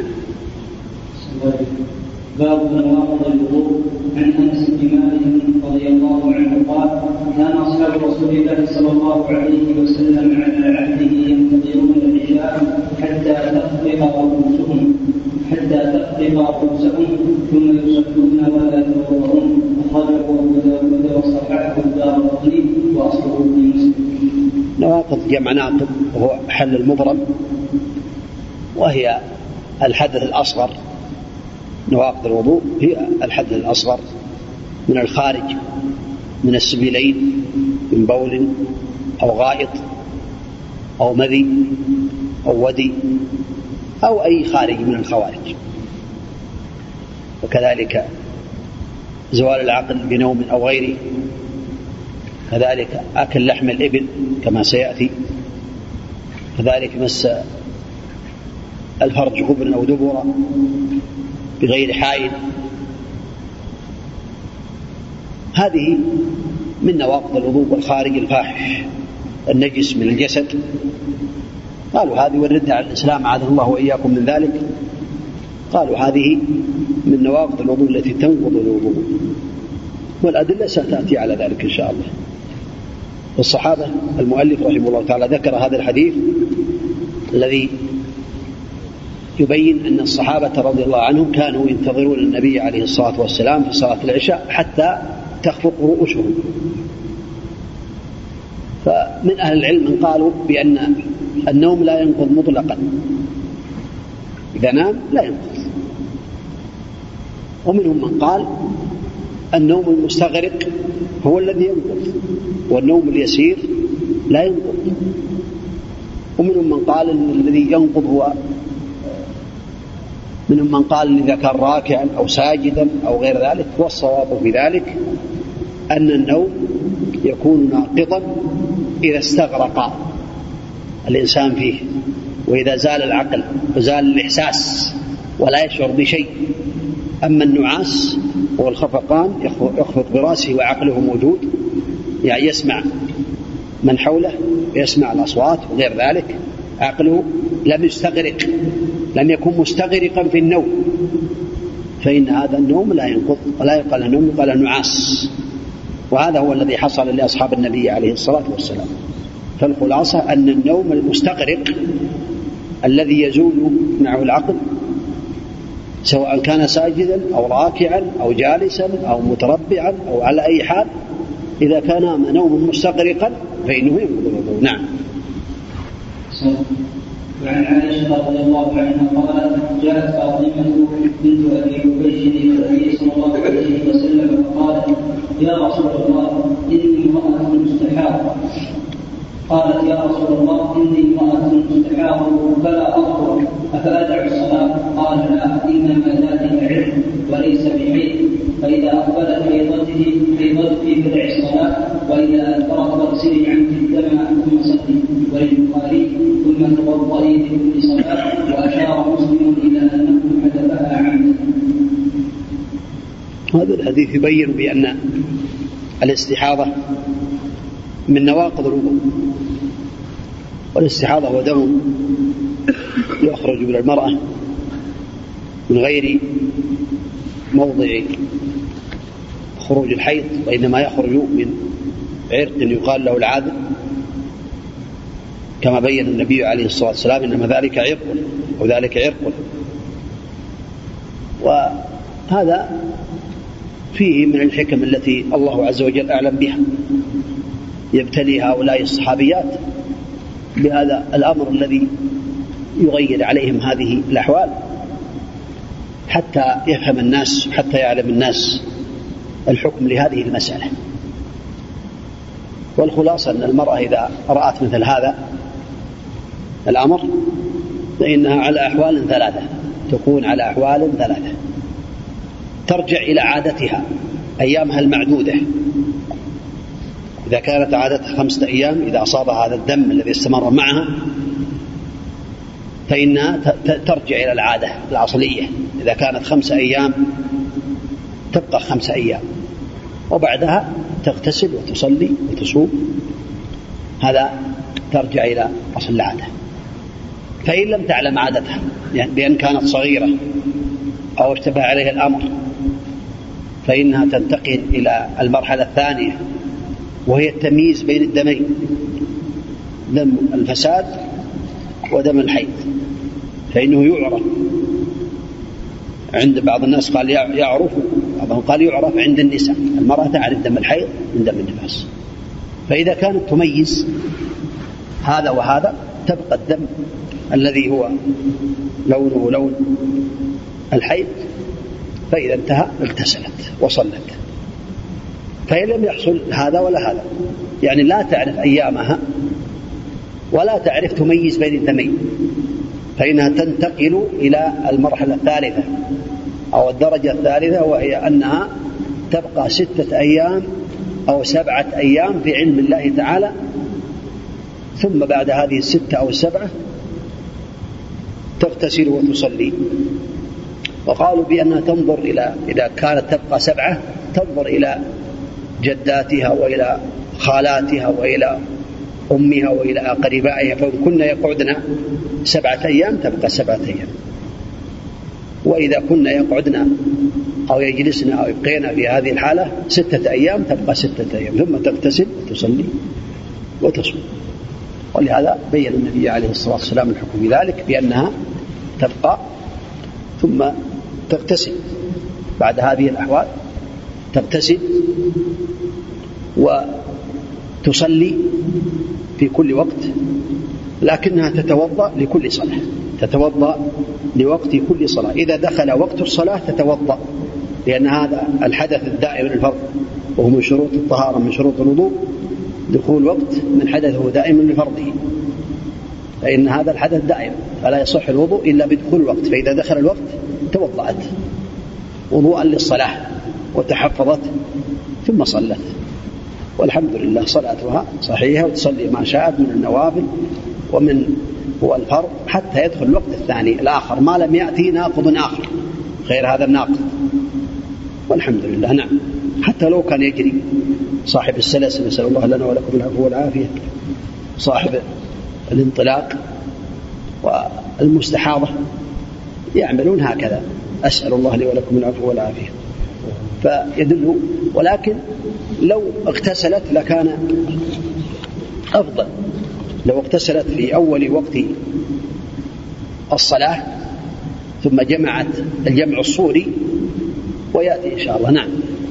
باب نواقض الوضوء. عن انس بن مالك رضي الله عنه قال: كان اصحاب رسول الله صلى الله عليه وسلم على عهده ينتظرون العشاء حتى تخفق رؤوسهم حتى تخفق رؤوسهم ثم يصلون ولا يتوضؤون. اخرجه ابو داود وصححه الدارقطني واصله في مسلم. نواقض جمع ناقض وهو حل المضرب، وهي الحدث الأصغر. نواقض الوضوء هي الحدث الأصغر من الخارج من السبيلين، من بول أو غائط أو مذي أو ودي أو أي خارج من الخوارج. وكذلك زوال العقل بنوم أو غيره، كذلك أكل لحم الإبل كما سيأتي، كذلك مس الفرج قبلا أو دبرا بغير حائل. هذه من نواقض الوضوء والخارج الفاحش النجس من الجسد. قالوا هذه والردة على الإسلام عاذنا الله وإياكم من ذلك. قالوا هذه من نواقض الوضوء التي تنقض الوضوء، والأدلة ستأتي على ذلك إن شاء الله. والصحابة المؤلف رحمه الله تعالى ذكر هذا الحديث الذي يبين أن الصحابة رضي الله عنهم كانوا ينتظرون النبي عليه الصلاة والسلام في صلاة العشاء حتى تخفق رؤوسهم. فمن أهل العلم من قالوا بأن النوم لا ينقض مطلقا، إذا نام لا ينقض. ومنهم من قال النوم المستغرق هو الذي ينقض، والنوم اليسير لا ينقض. ومنهم من قال أن الذي ينقض هو منهم من قال إذا كان راكعا أو ساجدا أو غير ذلك. والصواب في ذلك أن النوم يكون ناقضا إذا استغرق الإنسان فيه، وإذا زال العقل وزال الإحساس ولا يشعر بشيء. أما النعاس هو الخفقان يخفق برأسه وعقله موجود، يعني يسمع من حوله، يسمع الأصوات وغير ذلك، عقله لم يستغرق، لم يكن مستغرقا في النوم، فإن هذا النوم لا ينقض ولا يقال النوم، يقال النعاس. وهذا هو الذي حصل لأصحاب النبي عليه الصلاة والسلام. فالخلاصة أن النوم المستغرق الذي يزول معه العقل سواء كان ساجدا أو راكعا أو جالسا أو متربعا أو على أي حال، إذا كان نوم مستغرقا فإنه ينقض الوضوء. نعم. وعن عائشة رضي الله عنها قالت: جاءت فاطمة بنت أبي حبيش إلى النبي صلى الله عليه وسلم فقالت: يا رسول الله إني امرأة مستحاضة. قالت: يا رسول الله إني امرأة مستحاضة فلا أطهر، أفأدع الصلاة؟ قال: لا، إنما ذلك علم وليس بحيث، فإذا أقبلت حيضته حيضتك فدع الصلاة، وإذا أدبرت فاغسلي عنك الدم ثم صلي. وللبخاري: ثم توضئي لكل صلاة. وأشار مسلم إلى أنه حدثها عمدا. هذا الحديث يبين بأن الاستحاضة من نواقض الوضوء. والاستحاضة هو دم يخرج من المرأة من غير موضع خروج الحيض، وإنما يخرج من عرق يقال له العادة، كما بين النبي عليه الصلاة والسلام إنما ذلك عرق وذلك عرق. وهذا فيه من الحكم التي الله عز وجل أعلم بها، يبتلي هؤلاء الصحابيات بهذا الأمر الذي يغير عليهم هذه الأحوال حتى يفهم الناس، حتى يعلم الناس الحكم لهذه المسألة. والخلاصة أن المرأة إذا رأت مثل هذا الأمر فإنها على أحوال ثلاثة: تكون على أحوال ثلاثة: ترجع إلى عادتها أيامها المعدودة، إذا كانت عادتها خمسة أيام إذا أصاب هذا الدم الذي استمر معها فإنها ترجع إلى العادة الأصلية، إذا كانت خمسة أيام تبقى خمسة أيام، وبعدها تغتسل وتصلي وتصوم، هذا ترجع إلى أصل العادة. فإن لم تعلم عادتها يعني بأن كانت صغيرة أو اشتبه عليها الأمر فإنها تنتقل إلى المرحلة الثانية وهي التمييز بين الدمين، دم الفساد ودم الحيض، فإنه يعرف عند بعض الناس قال يعرف، بعضهم قال يعرف عند النساء، المرأة تعرف دم الحيض من دم النفاس، فإذا كانت تميز هذا وهذا تبقى الدم الذي هو لونه لون الحيض، فإذا انتهى اغتسلت وصلت. فإن لم يحصل هذا ولا هذا، يعني لا تعرف أيامها ولا تعرف تميز بين الدمين، فإنها تنتقل إلى المرحلة الثالثة أو الدرجة الثالثة، وهي أنها تبقى ستة أيام أو سبعة أيام في علم الله تعالى، ثم بعد هذه الستة أو السبعة تغتسل وتصلي. وقالوا بأنها تنظر إلى، إذا كانت تبقى سبعة تنظر إلى جداتها وإلى خالاتها وإلى أمها وإلى أقربائها، فإن كنا يقعدنا سبعة أيام تبقى سبعة أيام، وإذا كنا يقعدنا أو يجلسنا أو يبقينا في هذه الحالة ستة أيام تبقى ستة أيام، ثم تغتسل وتصلي وتصوم. ولهذا بين النبي عليه الصلاة والسلام الحكم بذلك بأنها تبقى ثم تغتسل بعد هذه الأحوال، تغتسل وتصلي في كل وقت، لكنها تتوضأ لكل صلاة، تتوضأ لوقت كل صلاة. إذا دخل وقت الصلاة تتوضأ، لأن هذا الحدث الدائم للفرض، وهو من شروط الطهارة من شروط الوضوء دخول وقت من حدثه دائم لفرضه، فإن هذا الحدث دائم فلا يصح الوضوء إلا بدخول الوقت، فإذا دخل الوقت توضأت وضوءا للصلاة وتحفظت ثم صلت، والحمد لله صلاتها صحيحة، وتصلي ما شاءت من النوافل ومن هو الفرض حتى يدخل الوقت الثاني الآخر، ما لم يأتي ناقض آخر غير هذا الناقض، والحمد لله. نعم، حتى لو كان يجري صاحب السلس، نسأل الله لنا ولكم العفو والعافية، صاحب الانطلاق والمستحاضة يعملون هكذا، أسأل الله لي ولكم العفو والعافية، فيدل. ولكن لو اغتسلت لكان أفضل، لو اغتسلت في أول وقت الصلاة ثم جمعت الجمع الصوري ويأتي إن شاء الله. نعم.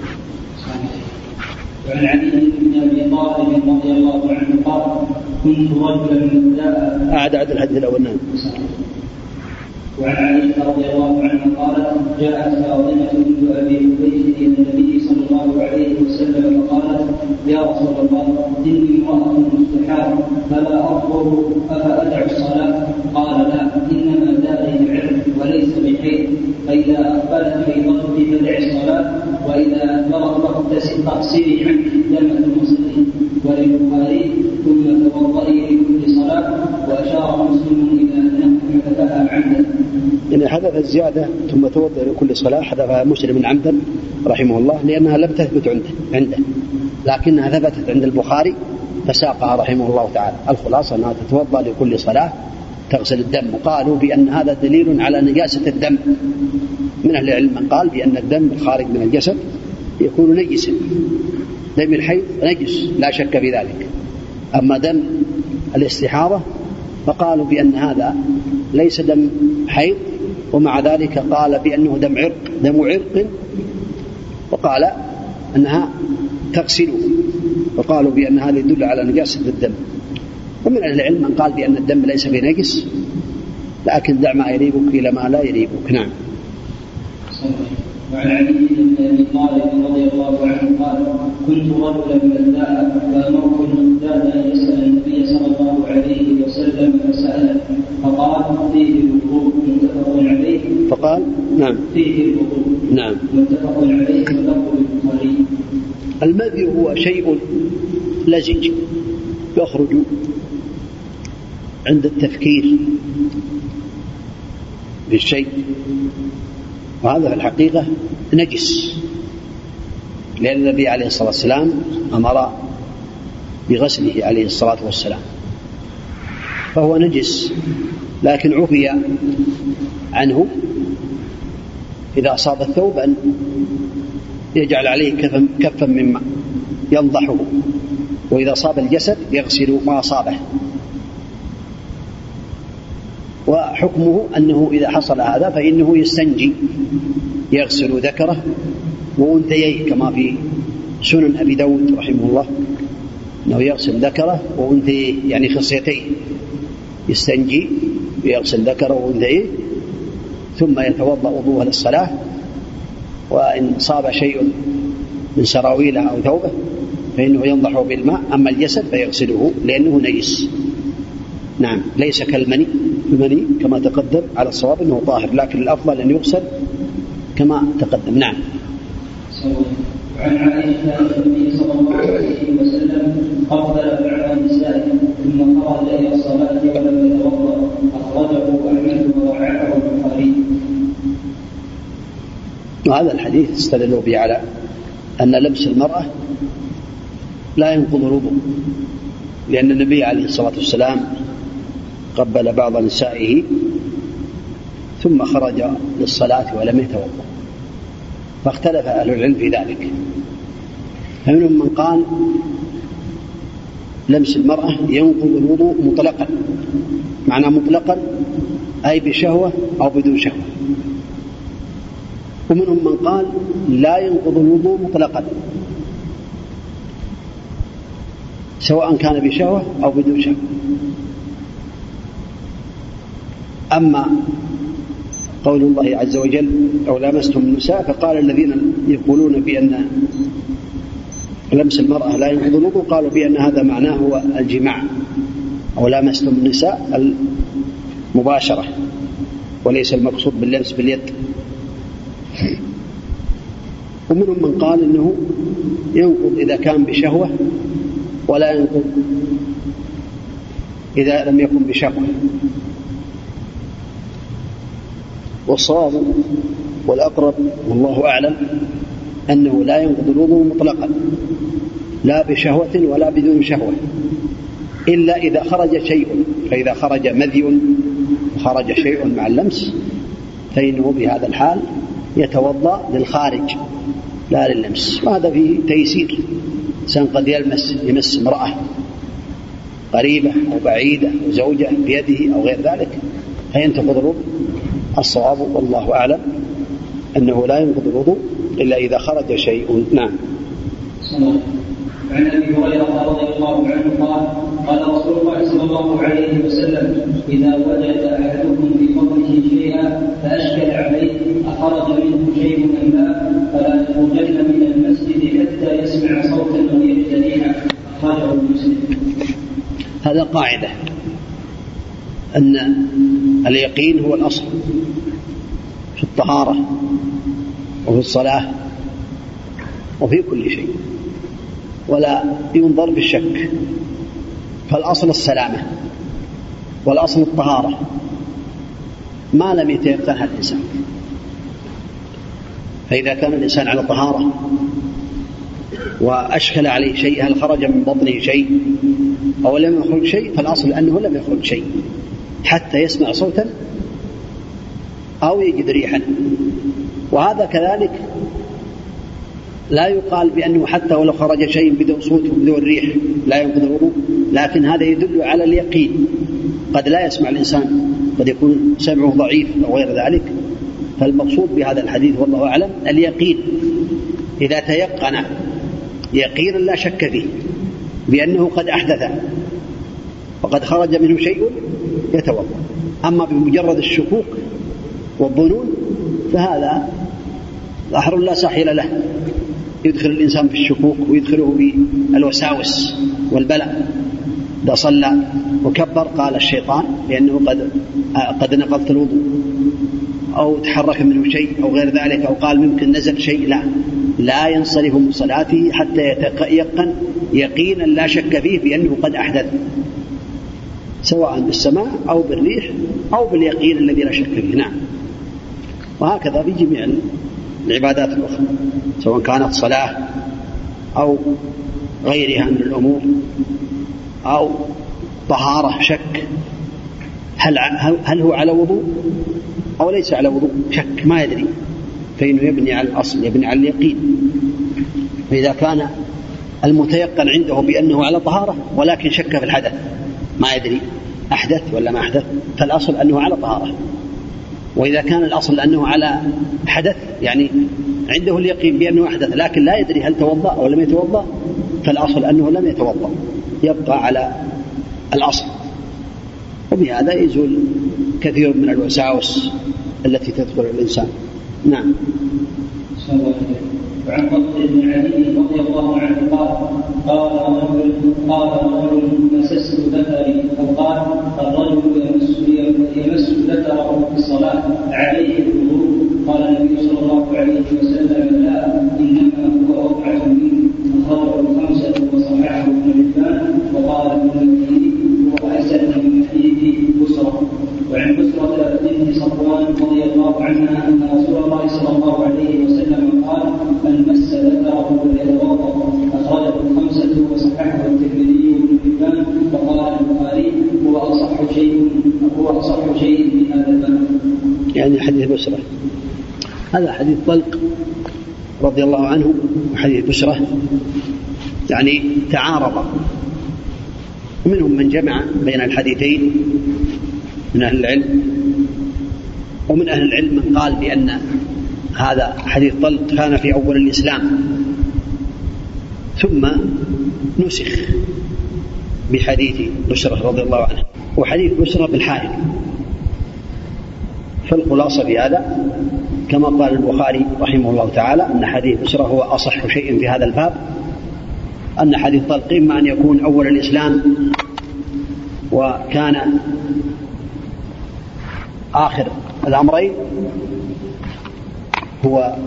وعن علي بن أبي طالب رضي الله عنه قال: كنت رجلا مبتاء. أعد عد الحديث الأول. نعم. وعن علي رضي الله عنه قال: جاءت فاطمة بنت أبي حبيش إلى النبي صلى الله عليه وسلم فقالت: يا رسول الله، إني امرأة مستحاض فلا أطهر أفأدع الصلاة؟ قال: لا، إنما ذلك عرق وليس بحيض، فإذا أقبلت حيضتك فدع الصلاة، وإذا أدبرت فاغسلي عنك الدم ثم صلي. وللبخاري: ثم توضئي لكل صلاة. وأشار مسلم إلى أنه حدثها عمدا. إن حدث الزيادة ثم توضئ لكل صلاة حدثها مسلم عمدا رحمه الله، لأنها لم تثبت عنده عنده لكنها ثبتت عند البخاري فساقها رحمه الله تعالى. الخلاصة أنها تتوضأ لكل صلاة تغسل الدم. وقالوا بأن هذا دليل على نجاسة الدم. من أهل العلم من قال بأن الدم الخارج من الجسد يكون نجسا، دم الحيض نجس لا شك في ذلك، أما دم الاستحاضة فقالوا بأن هذا ليس دم حيض، ومع ذلك قال بأنه دم عرق دم عرق وقال أنها تغسله، وقالوا بأن هذا يدل على نجاسة الدم. ومن أهل العلم من قال بأن الدم ليس بنجس، لكن دع ما يريبك إلى ما لا يريبك. نعم. وعن علي بن أبي طالب رضي الله عنه قال: كنت رجلا مبتاء فأمرت المقداد أن يسأل النبي صلى الله عليه وسلم فسأله فقال: فيه الوضوء، متفق عليه. نعم. فيه الوضوء. نعم. متفق عليه واللفظ للبخاري. المذي هو شيء لزج يخرج عند التفكير بالشيء، وهذا في الحقيقة نجس، لأن النبي عليه الصلاة والسلام أمر بغسله عليه الصلاة والسلام، فهو نجس، لكن عفي عنه إذا أصاب الثوب أن يجعل عليه كفا, كفا من ماء ينضحه، وإذا أصاب الجسد يغسل ما أصابه. وحكمه أنه إذا حصل هذا فإنه يستنجي، يغسل ذكره وأنثيه كما في سنن أبي داود رحمه الله، أنه يغسل ذكره وأنثيه يعني خصيتيه، يستنجي ويغسل ذكره وأنثيه ثم يتوضأ وضوءه للصلاة، وإن صاب شيء من سراويله أو ثوبه فإنه ينضحه بالماء، أما الجسد فيغسله لأنه نجس. نعم. ليس كالمني، المني كما تقدم على الصواب أنه طاهر، لكن الأفضل أن يغسل كما تقدم. نعم. وعن عائشة النبي صلى الله عليه وسلم قبل بعض النساء ثم خرج إلى الصلاة ولم يتوضأ، أخرجه أحمد ووعاه البخاري. وهذا الحديث استدلوا به على أن لمس المرأة لا ينقض الوضوء، لأن النبي عليه الصلاة والسلام قبل بعض نسائه ثم خرج للصلاة ولم يتوضأ، فاختلف أهل العلم في ذلك. فمنهم من قال لمس المرأة ينقض الوضوء مطلقا، معنى مطلقا أي بشهوة أو بدون شهوة. ومنهم من قال لا ينقض الوضوء مطلقا سواء كان بشهوة أو بدون شهوة. أما قول الله عز وجل أو لامستم النساء، فقال الذين يقولون بأن لمس المرأة لا ينقض الوضوء قالوا بأن هذا معناه هو الجماع، أو لامستم النساء المباشرة وليس المقصود باللمس باليد. ومنهم من قال إنه ينقض إذا كان بشهوة ولا ينقض إذا لم يكن بشهوة. والصواب والأقرب والله أعلم أنه لا ينقض الوضوء مطلقا لا بشهوة ولا بدون شهوة، إلا إذا خرج شيء، فإذا خرج مذي وخرج شيء مع اللمس فإنه بهذا الحال يتوضأ للخارج لا لللمس. وهذا فيه تيسير، إنسان قد يلمس يمس امرأة قريبة أو بعيدة أو زوجة بيده أو غير ذلك فينتقض الوضوء. الصواب والله أعلم أنه لا ينقض الوضوء إلا إذا خرج شيء. نعم. عن أبي هريرة رضي الله عنه قال قال رسول الله صلى الله عليه وسلم إذا وجد أحدكم في بطنه شيئا فأشكل عليه أخرج منه شيء من لا فلا يخرجن من المسجد حتى يسمع صوتا أو يجتريها، أخرجه مسلم. هذا قاعدة أن اليقين هو الأصل في الطهارة وفي الصلاة وفي كل شيء، ولا ينظر بالشك، فالأصل السلامة والأصل الطهارة ما لم يتيقنها الإنسان. فإذا كان الإنسان على طهارة وأشكل عليه شيء، هل خرج من بطنه شيء أو لم يخرج شيء، فالأصل أنه لم يخرج شيء حتى يسمع صوتا أو يجد ريحا. وهذا كذلك لا يقال بأنه حتى ولو خرج شيء بدون صوت وبدون ريح لا ينقض الوضوء، لكن هذا يدل على اليقين. قد لا يسمع الإنسان، قد يكون سمعه ضعيف أو غير ذلك، فالمقصود بهذا الحديث والله أعلم اليقين. إذا تيقن يقينا لا شك فيه بأنه قد أحدث وقد خرج منه شيء يتوضأ. أما بمجرد الشكوك والظنون فهذا بحر لا ساحل له، يدخل الإنسان في الشكوك ويدخله بالوساوس والبلاء. إذا صلى وكبر قال الشيطان لأنه قد قد نقضت الوضوء أو تحرك منه شيء أو غير ذلك، أو قال ممكن نزل شيء، لا لا ينصرف من صلاته حتى يتيقن يقينا لا شك فيه بأنه قد أحدث، سواء بالسماع أو بالريح أو باليقين الذي لا شك فيه. نعم. وهكذا في جميع العبادات الأخرى سواء كانت صلاة أو غيرها من الأمور، أو طهارة شك هل هل هو على وضوء أو ليس على وضوء، شك ما يدري، فإنه يبني على الأصل، يبني على اليقين. فإذا كان المتيقن عنده بأنه على طهارة ولكن شك في الحدث ما يدري أحدث ولا ما أحدث، فالأصل أنه على طهارة. وإذا كان الأصل أنه على حدث يعني عنده اليقين بأنه أحدث لكن لا يدري هل توضأ أو لم يتوضأ، فالأصل أنه لم يتوضأ، يبقى على الأصل. وبهذا يزول كثير من الوساوس التي تدخل الإنسان. نعم. وعن فضل بن علي رضي الله عنه قال قال رجل قال رجل مسست ذكري، أو قال الرجل يمس يمس ذكره في الصلاة عليه الوضوء؟ قال النبي صلى الله عليه وسلم لا، إنما هو وقعة منه، أخرجه الخمسة وصححه ابن حبان وقال ابن المديني هو أحسن من حديث بصرة. وعن بصرة بنت صفوان رضي الله عنها أن رسول الله صلى الله عليه وسلم قال من مس ذكره فليتوضأ، أخرجه الخمسة وصححه الترمذي وابن حبان وقال البخاري هو أصح شيء هو أصح شيء في هذا الباب. يعني حديث بصرة هذا حديث طلق رضي الله عنه وحديث بصرة يعني تعارض، ومنهم من جمع بين الحديثين من أهل العلم، ومن أهل العلم من قال بأن هذا حديث طلق كان في أول الإسلام ثم نسخ بحديث بشرة رضي الله عنه، وحديث بشرة بالحائل. فالخلاصة في هذا كما قال البخاري رحمه الله تعالى أن حديث بشرة هو أصح شيء في هذا الباب، أن حديث طلق إما أن يكون أول الإسلام وكان آخر الأمرين هو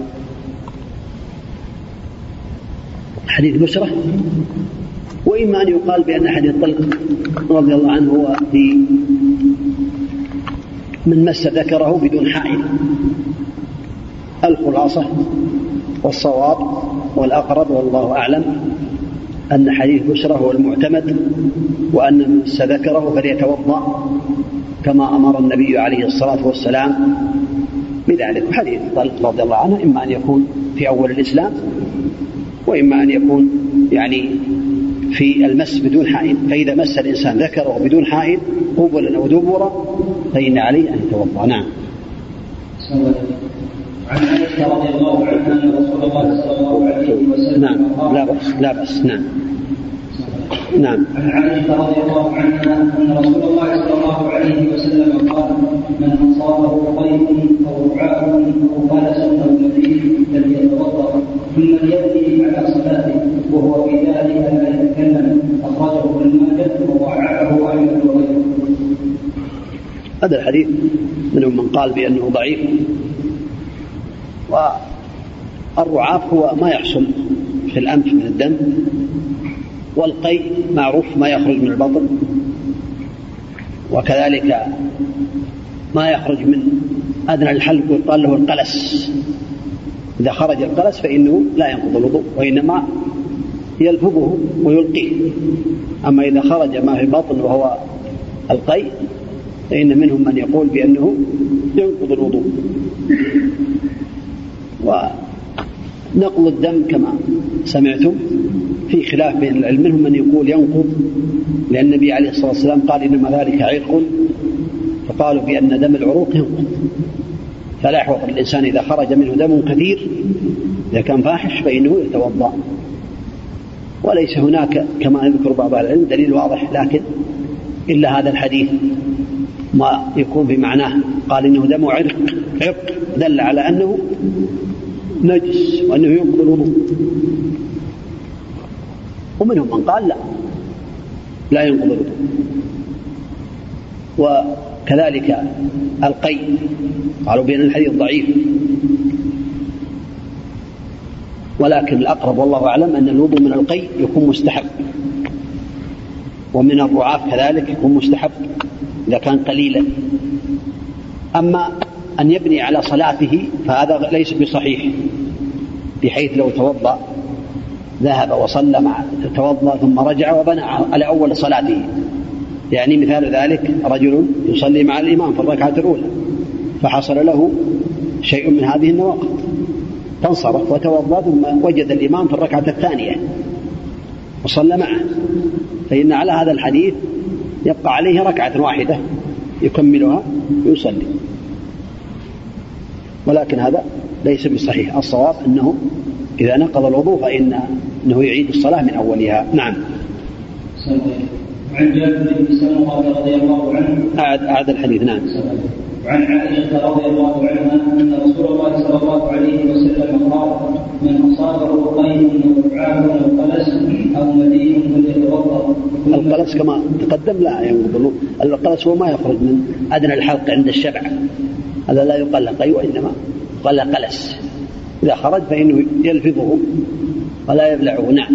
حديث بشرة، وإما أن يقال بأن حديث طلق رضي الله عنه هو في من مس ذكره بدون حائل. الخلاصة والصواب والأقرب والله أعلم أن حديث بشرة هو المعتمد، وأن من مس ذكره فليتوضأ كما أمر النبي عليه الصلاة والسلام بذلك. حديث طلق رضي الله عنه إما أن يكون في أول الإسلام وإما أن يكون يعني في المس بدون حائل، فإذا مس الإنسان ذكره بدون حائل قبلا أو دبرا فإن عليه أن يتوضأ. نعم. عن عائشة رضي الله عنها أن رسول الله صلى الله عليه وسلم نعم لا بأس لا بأس نعم نعم. عن عائشة رضي الله عنها أن رسول الله صلى الله عليه وسلم قال من أصابه قيء أو رعاء أو فلس أو نفير فليتوضأ ثم ليبني على صلاته وهو في ذلك لا يتكلم، أخرجه ابن ماجه وضعفه أحمد وغيره. هذا الحديث منهم من قال بأنه ضعيف، والرعاف هو ما يحصل في الأنف من الدم، والقيء معروف ما يخرج من البطن، وكذلك ما يخرج من أدنى الحلق ويقال له القلس. إذا خرج القلس فإنه لا ينقض الوضوء وإنما يلفظه ويلقيه. أما إذا خرج ما في البطن وهو القيء فإن منهم من يقول بأنه ينقض الوضوء. ونقض الدم كما سمعتم في خلاف بين العلم، منهم من يقول ينقض لأن النبي عليه الصلاة والسلام قال إنما ذلك عرق، فقالوا بأن دم العروق ينقض، فلا يحوط الإنسان إذا خرج منه دم كثير إذا كان فاحش فإنه يتوضأ. وليس هناك كما يذكر بعض العلم دليل واضح، لكن إلا هذا الحديث ما يكون بمعناه، قال إنه دم عرق عرق دل على أنه نجس وأنه ينقض الوضوء. ومنهم من قال لا لا ينقض الوضوء. وكذلك القي قالوا بأن الحديث ضعيف، ولكن الأقرب والله أعلم أن الوضوء من القي يكون مستحب، ومن الرعاف كذلك يكون مستحب إذا كان قليلا. أما أن يبني على صلاته فهذا ليس بصحيح، بحيث لو توضأ ذهب وصلى مع توضأ ثم رجع وبنى على أول صلاته، يعني مثال ذلك رجل يصلي مع الإمام في الركعة الأولى فحصل له شيء من هذه النواقض فانصرف وتوضأ ثم وجد الإمام في الركعة الثانية وصلى معه، فإن على هذا الحديث يبقى عليه ركعة واحدة يكملها ويصلي، ولكن هذا ليس بصحيح. الصواب أنه إذا نقض الوضوء فإنه يعيد الصلاة من أولها. نعم. عن جابر بن سمرة رضي الله عنه أعد, أعد الحديث. نعم. وعن عائشة رضي الله عنها أن رسول الله صلى الله عليه وسلم قال: من أصابه قيء أو عاف أو قلس أو مدين فليتوضأ. القلس كما تقدم لا ينقض، القلس هو ما يخرج من أدنى الحلق عند الشبع، هذا لا يقال قيء وإنما قال قلس، إذا خرج فإنه يلفظه ولا يبلعه. نعم.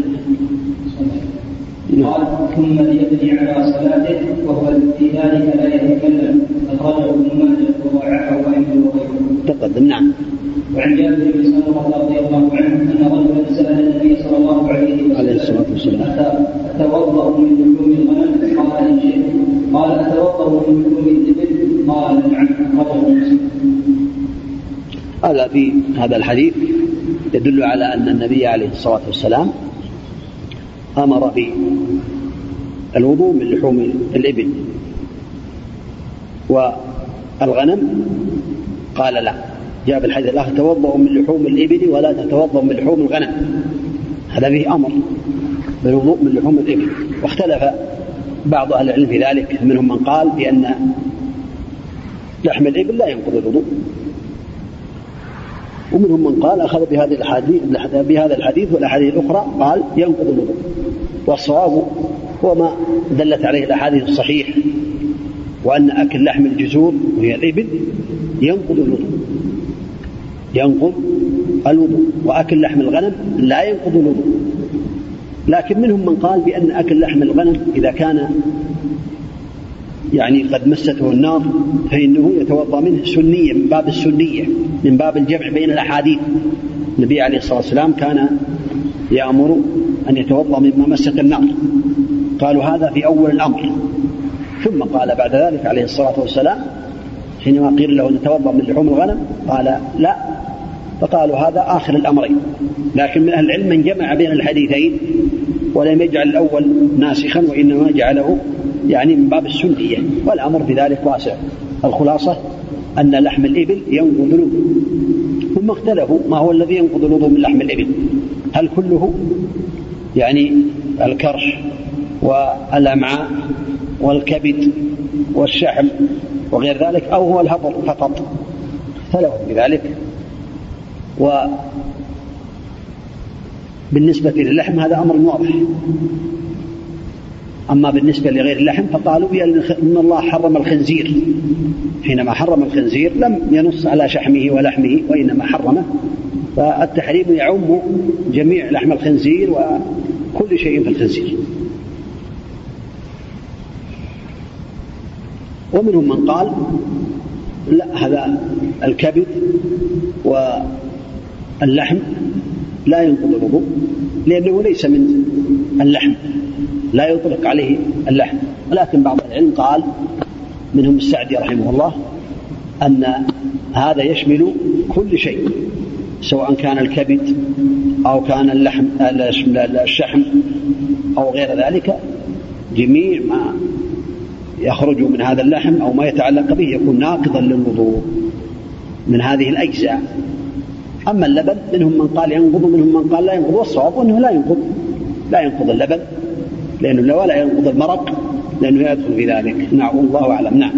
قال: ثم ليبني على صلاته وهو في ذلك لا يتكلم، أخرجه ابن ماجه وضاعفه وأحمد وغيره. تقدم. نعم. وعن جابر بن سمرة رضي الله عنه أن رجلا سأل النبي صلى الله عليه وسلم: أتوضأ من لحوم الغنم؟ قال: إن شئت. قال: أتوضأ من لحوم الإبل؟ قال: نعم. أخرجه مسلم. هذا في هذا الحديث يدل على أن النبي عليه الصلاة والسلام أمر بالوضوء من لحوم الإبل، والغنم قال لا، جاء بالحديث: لا تتوضأ من لحوم الإبل ولا تتوضأ من لحوم الغنم. هذا به أمر بالوضوء من لحوم الإبل. واختلف بعض أهل العلم في ذلك، منهم من قال بأن لحم الإبل لا ينقض الوضوء، ومنهم من قال أخذ بهذه الحديث بهذا الحديث والأحاديث الأخرى قال ينقض الوضوء. والصواب هو ما دلت عليه الأحاديث الصحيح، وأن أكل لحم الجزور وهي الإبل ينقض الوضوء ينقض الوضوء وأكل لحم الغنم لا ينقض الوضوء. لكن منهم من قال بأن أكل لحم الغنم إذا كان يعني قد مسته النار فإنه يتوضأ منه سنية، من باب السنية، من باب الجمع بين الأحاديث. النبي عليه الصلاة والسلام كان يأمر أن يتوضأ مما مسته النار، قالوا هذا في أول الأمر. ثم قال بعد ذلك عليه الصلاة والسلام حينما قيل له نتوضأ من لحوم الغنم قال لا، فقالوا هذا آخر الأمرين. لكن من أهل العلم من جمع بين الحديثين ولم يجعل الأول ناسخا، وإنما جعله يعني من باب السنية، والأمر في ذلك واسع. الخلاصة أن لحم الإبل ينقض الوضوء. ثم اختلفوا ما هو الذي ينقض الوضوء من لحم الإبل، هل كله يعني الكرش والأمعاء والكبد والشحم وغير ذلك، أو هو الهضر فقط؟ اختلفوا في ذلك. وبالنسبة للحم هذا أمر واضح. أما بالنسبة لغير اللحم فقالوا إن الله حرم الخنزير، حينما حرم الخنزير لم ينص على شحمه ولحمه وإنما حرمه، فالتحريم يعم جميع لحم الخنزير وكل شيء في الخنزير. ومنهم من قال لا، هذا الكبد واللحم لا ينقض الوضوء لأنه ليس من اللحم، لا يطلق عليه اللحم. ولكن بعض العلم قال منهم السعدي رحمه الله أن هذا يشمل كل شيء، سواء كان الكبد أو كان اللحم الشحم أو غير ذلك، جميع ما يخرج من هذا اللحم أو ما يتعلق به يكون ناقضا للوضوء من هذه الأجزاء. أما اللبن منهم من قال ينقض ومنهم من قال لا ينقض، والصواب أنه لا ينقض لا ينقض اللبن لأنه لا ولا ينقض المرق لأنه يدخل في ذلك. نعم، الله أعلم. نعم.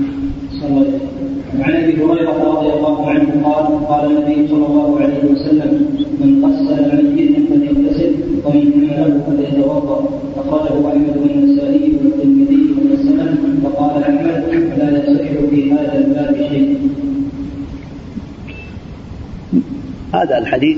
عن أبي هريرة رضي الله عنه قال قال النبي صلى الله عليه وسلم: من غسل ميتا فليغتسل ومن حمله فليتوضأ. أخرجه أحمد والنسائي والترمذي والحسن. وقال أحمد: شيء. هذا الحديث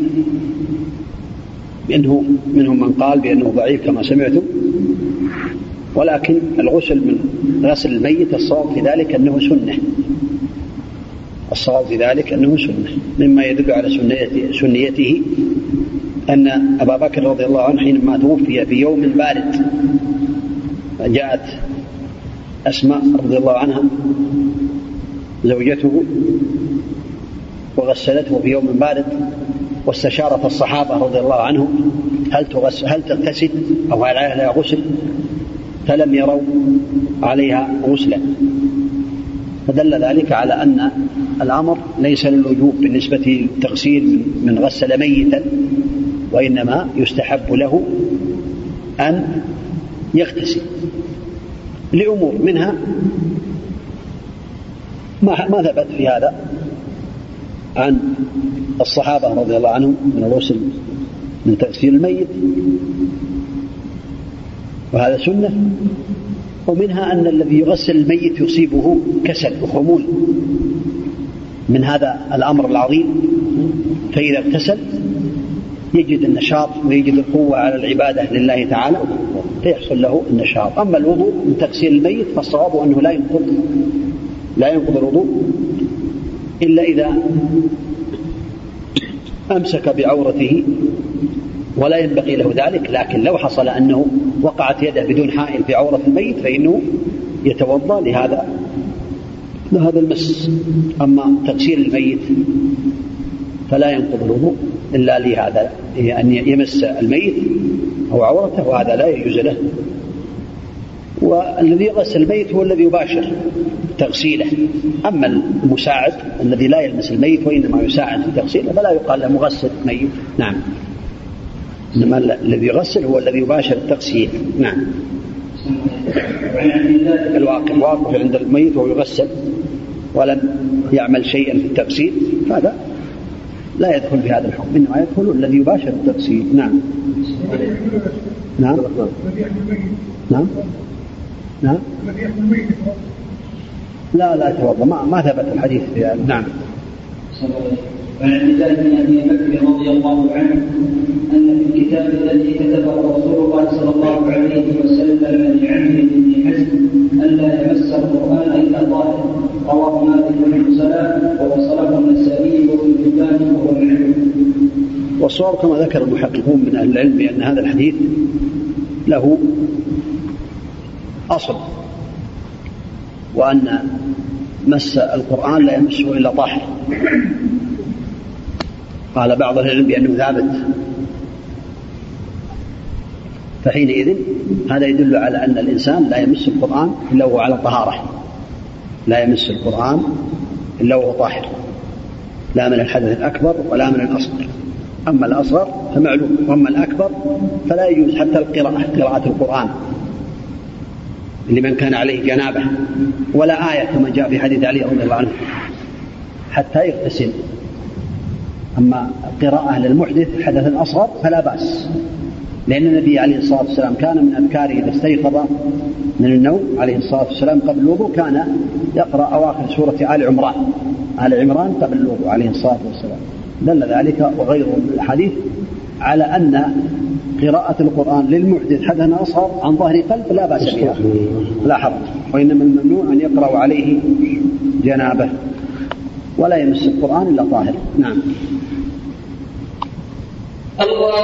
بأنه منهم من قال بأنه ضعيف كما سمعتم، ولكن الغسل من غسل الميت الصواب في ذلك أنه سنة، الصواب في ذلك أنه سنة، مما يدل على سنيته أن أبا بكر رضي الله عنه حينما توفي في يوم بارد جاءت أسماء رضي الله عنها زوجته وغسلته في يوم بارد، واستشارت الصحابة رضي الله عنهم هل هل تغتسل أو هل عليها غسل، فلم يروا عليها غسلا، فدل ذلك على أن الأمر ليس للوجوب بالنسبة للتغسيل من غسل ميتا، وإنما يستحب له أن يغتسل لأمور، منها ما ثبت في هذا عن الصحابة رضي الله عنهم من الغسل من تغسيل الميت، وهذا سنة، ومنها أن الذي يغسل الميت يصيبه كسل وخمول من هذا الأمر العظيم، فإذا اغتسل يجد النشاط ويجد القوة على العبادة لله تعالى فيحصل له النشاط. أما الوضوء من تغسيل الميت فالصواب أنه لا ينقض لا ينقض الوضوء إلا إذا أمسك بعورته، ولا ينبغي له ذلك، لكن لو حصل أنه وقعت يده بدون حائل في عورة الميت فإنه يتوضأ لهذا لهذا المس. أما تغسيل الميت فلا ينقض الوضوء إلا لهذا، أن يمس الميت أو عورته، وهذا لا يجوز له. والذي يغسل الميت هو الذي يباشر تغسيله، أما المساعد الذي لا يلمس الميت وإنما يساعد في تغسيله فلا يقال له مغسل ميت. نعم، إنما الذي يغسل هو الذي يباشر التغسيل. نعم، الواقف واقف عند الميت وهو يغسل ولم يعمل شيئا في التغسيل هذا لا يدخل في هذا الحكم، إنما يدخل الذي يباشر التغسيل. نعم نعم نعم نعم لا لا يتوضأ، ما ما ثبت الحديث في هذا. نعم. وعن عبد الله بن أبي بكر رضي الله عنه أن في الكتاب الذي كتبه رسول الله صلى الله عليه وسلم لعمرو بن حزم ألا يمس القرآن إلا طاهر، رواه مالك بن سلام ووصله النسائي وابن حبان وهو معلوم. والصواب كما ذكر المحققون من أهل العلم بأن هذا الحديث له أصل، وأن مس القرآن لا يمسه إلا طاهر. قال بعض العلم بأنه ثابت، فحينئذ هذا يدل على أن الإنسان لا يمس القرآن إلا هو على طهارة، لا يمس القرآن إلا هو طاهر، لا من الحدث الأكبر ولا من الأصغر. أما الأصغر فمعلوم، وأما الأكبر فلا يجوز حتى القراءة قراءة القرآن لمن كان عليه جنابه، ولا آية كما جاء في حديث علي رضي الله عنه حتى يغتسل. أما قراءة للمحدث حدث أصغر فلا بأس، لأن النبي عليه الصلاة والسلام كان من أذكاره إذا استيقظ من النوم عليه الصلاة والسلام قبل الوضوء كان يقرأ أواخر سورة آل عمران آل عمران قبل الوضوء عليه الصلاة والسلام. دل ذلك وغيره من الحديث على أن قراءة القرآن للمحدث حدث أصغر عن ظهر قلب لا بأس بها لا حرج، وإنما الممنوع أن يقرأ عليه جنابه، ولا يمس القرآن إلا طاهر. نعم. الله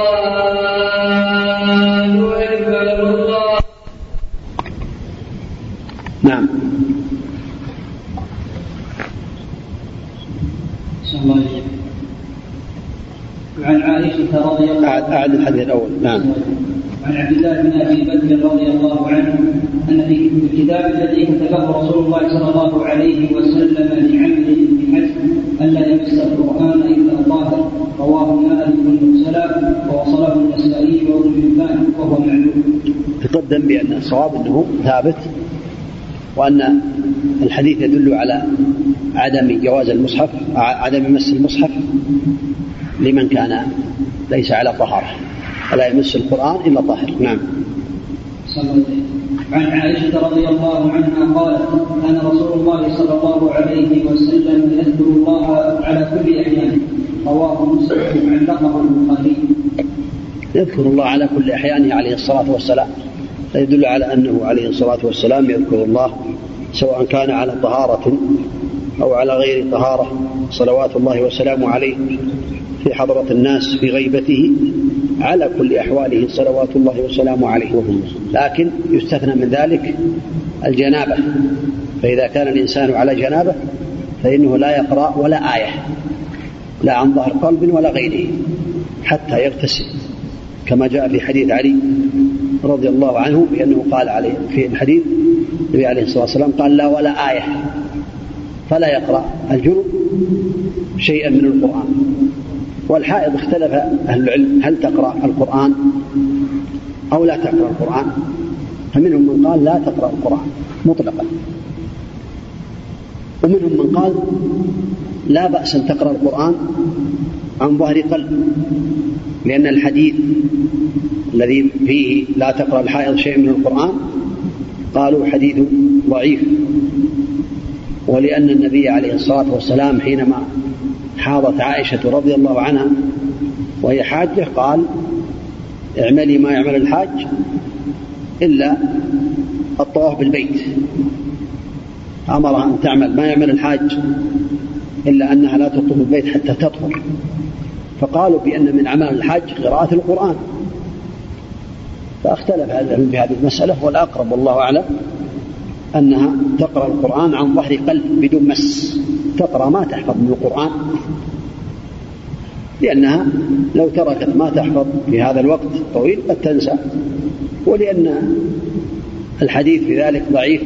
أكبر الله. نعم. عن عائشة رضي الله عنها أعد الحديث الأول. نعم. عن عبد الله بن أبي بكر رضي الله عنه أن في الكتاب الذي كتبه رسول الله صلى الله عليه وسلم لعمرو بن حزم ألا يمس القرآن إلا طاهر، رواه مالك بن سلام ووصله النسائي وابن حبان وهو معلوم. تقدم بأن الصواب أنه ثابت، وأن الحديث يدل على عدم جواز المصحف عدم مس المصحف لمن كان ليس على طهارة، ولا يمس القرآن إلا طاهر. نعم. عن عائشة رضي الله عنها قالت: كان رسول الله صلى الله عليه وسلم يذكر الله على كل أحيانه. رواه مسلم علقه البخاري. يذكر الله على كل أحيانه عليه الصلاة والسلام، يدل على أنه عليه الصلاة والسلام يذكر الله سواء كان على طهارة أو على غير طهارة، صلوات الله وسلامه عليه، في حضرة الناس في غيبته، على كل أحواله صلوات الله وسلامه عليه. لكن يستثنى من ذلك الجنابة، فإذا كان الإنسان على جنابة فإنه لا يقرأ ولا آية، لا عن ظهر قلب ولا غيره، حتى يغتسل، كما جاء في حديث علي رضي الله عنه بأنه قال عليه في الحديث النبي عليه الصلاة والسلام قال: لا ولا آية، فلا يقرأ الجنب شيئا من القرآن. والحائض اختلف أهل العلم هل تقرأ القرآن أو لا تقرأ القرآن، فمنهم من قال لا تقرأ القرآن مطلقا، ومنهم من قال لا بأس أن تقرأ القرآن عن ظهر قلب، لأن الحديث الذي فيه لا تقرأ الحائض شيء من القرآن قالوا حديث ضعيف، ولأن النبي عليه الصلاة والسلام حينما حاضت عائشة رضي الله عنها وهي حاجة قال: اعملي ما يعمل الحاج إلا الطواف بالبيت، أمرها أن تعمل ما يعمل الحاج إلا أنها لا تطوف بالبيت حتى تطهر. فقالوا بأن من عمل الحاج قراءة القرآن، فاختلف العلم في هذه المسألة، والأقرب والله أعلم أنها تقرأ القرآن عن ظهر قلب بدون مس، تقرأ ما تحفظ من القرآن، لأنها لو تركت ما تحفظ في هذا الوقت الطويل قد تنسى، ولأن الحديث في ذلك ضعيف،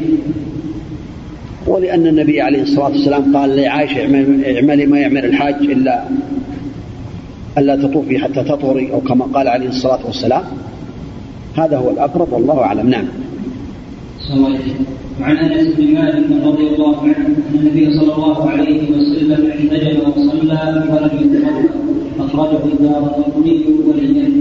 ولأن النبي عليه الصلاة والسلام قال لعائشة: اعملي ما يعمل الحاج إلا ألا تطوفي حتى تطهري، أو كما قال عليه الصلاة والسلام. هذا هو الأقرب والله أعلم. نعم. وعن أنس بن مالك رضي الله عنه أن النبي صلى الله عليه وسلم احتجب وصلى ولم يتوضأ، أخرجه الدارقطني ولين.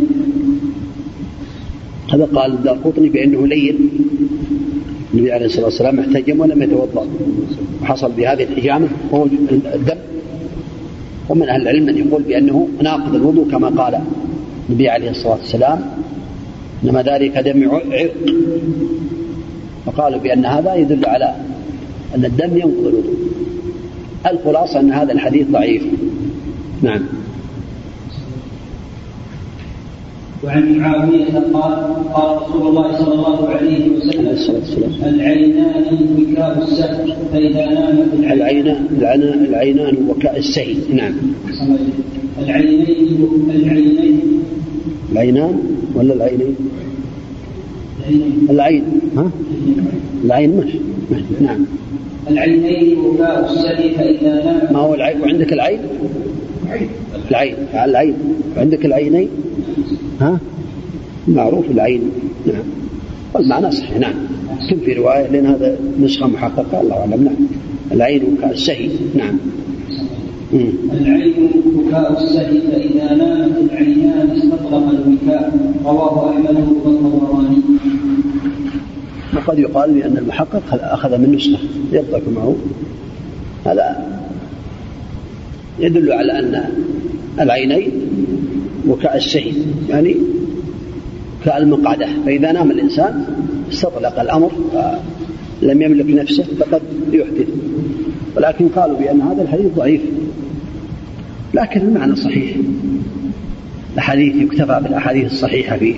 هذا قال الدارقطني بأنه لين، النبي عليه الصلاة والسلام احتجم ولم يتوضأ، وحصل بهذه الحجامة خروج الدم. ومن أهل العلم من يقول بأنه ناقض الوضوء كما قال النبي عليه الصلاة والسلام: إنما ذلك دم عرق، فقالوا بأن هذا يدل على أن الدم ينقض الوضوء. الخلاصة أن هذا الحديث ضعيف. نعم. وعن معاوية قال: قال رسول الله صلى الله عليه وسلم: العينان وكاء السهل، فإذا نامت العينان العينان وكاء السهل. نعم. العينين العينين العينان ولا العينين؟ العين. ها؟ العين مش. نعم. العينين وكاء السهل، فإذا نامت. ما هو العين؟ وعندك العين؟ العين العين وعندك العينين. ها؟ معروف العين. نعم. والمعنى صحيح. نعم. كم في رواية، لأن هذا نسخة محققة الله أعلم. نعم. العين وكاء السهل. نعم. العين وكاء السهل، فإذا نامت العينان استطرق الوكاء. رواه أحمد والطبراني. وقد يقال بأن المحقق أخذ من نسخة يطلق معه، هذا يدل على أن العينين وكاء السهل يعني كالمقعدة، فإذا نام الإنسان استطلق الأمر لم يملك نفسه فقد يحدث. ولكن قالوا بأن هذا الحديث ضعيف، لكن المعنى صحيح. الحديث يكتفى بالأحاديث الصحيحة في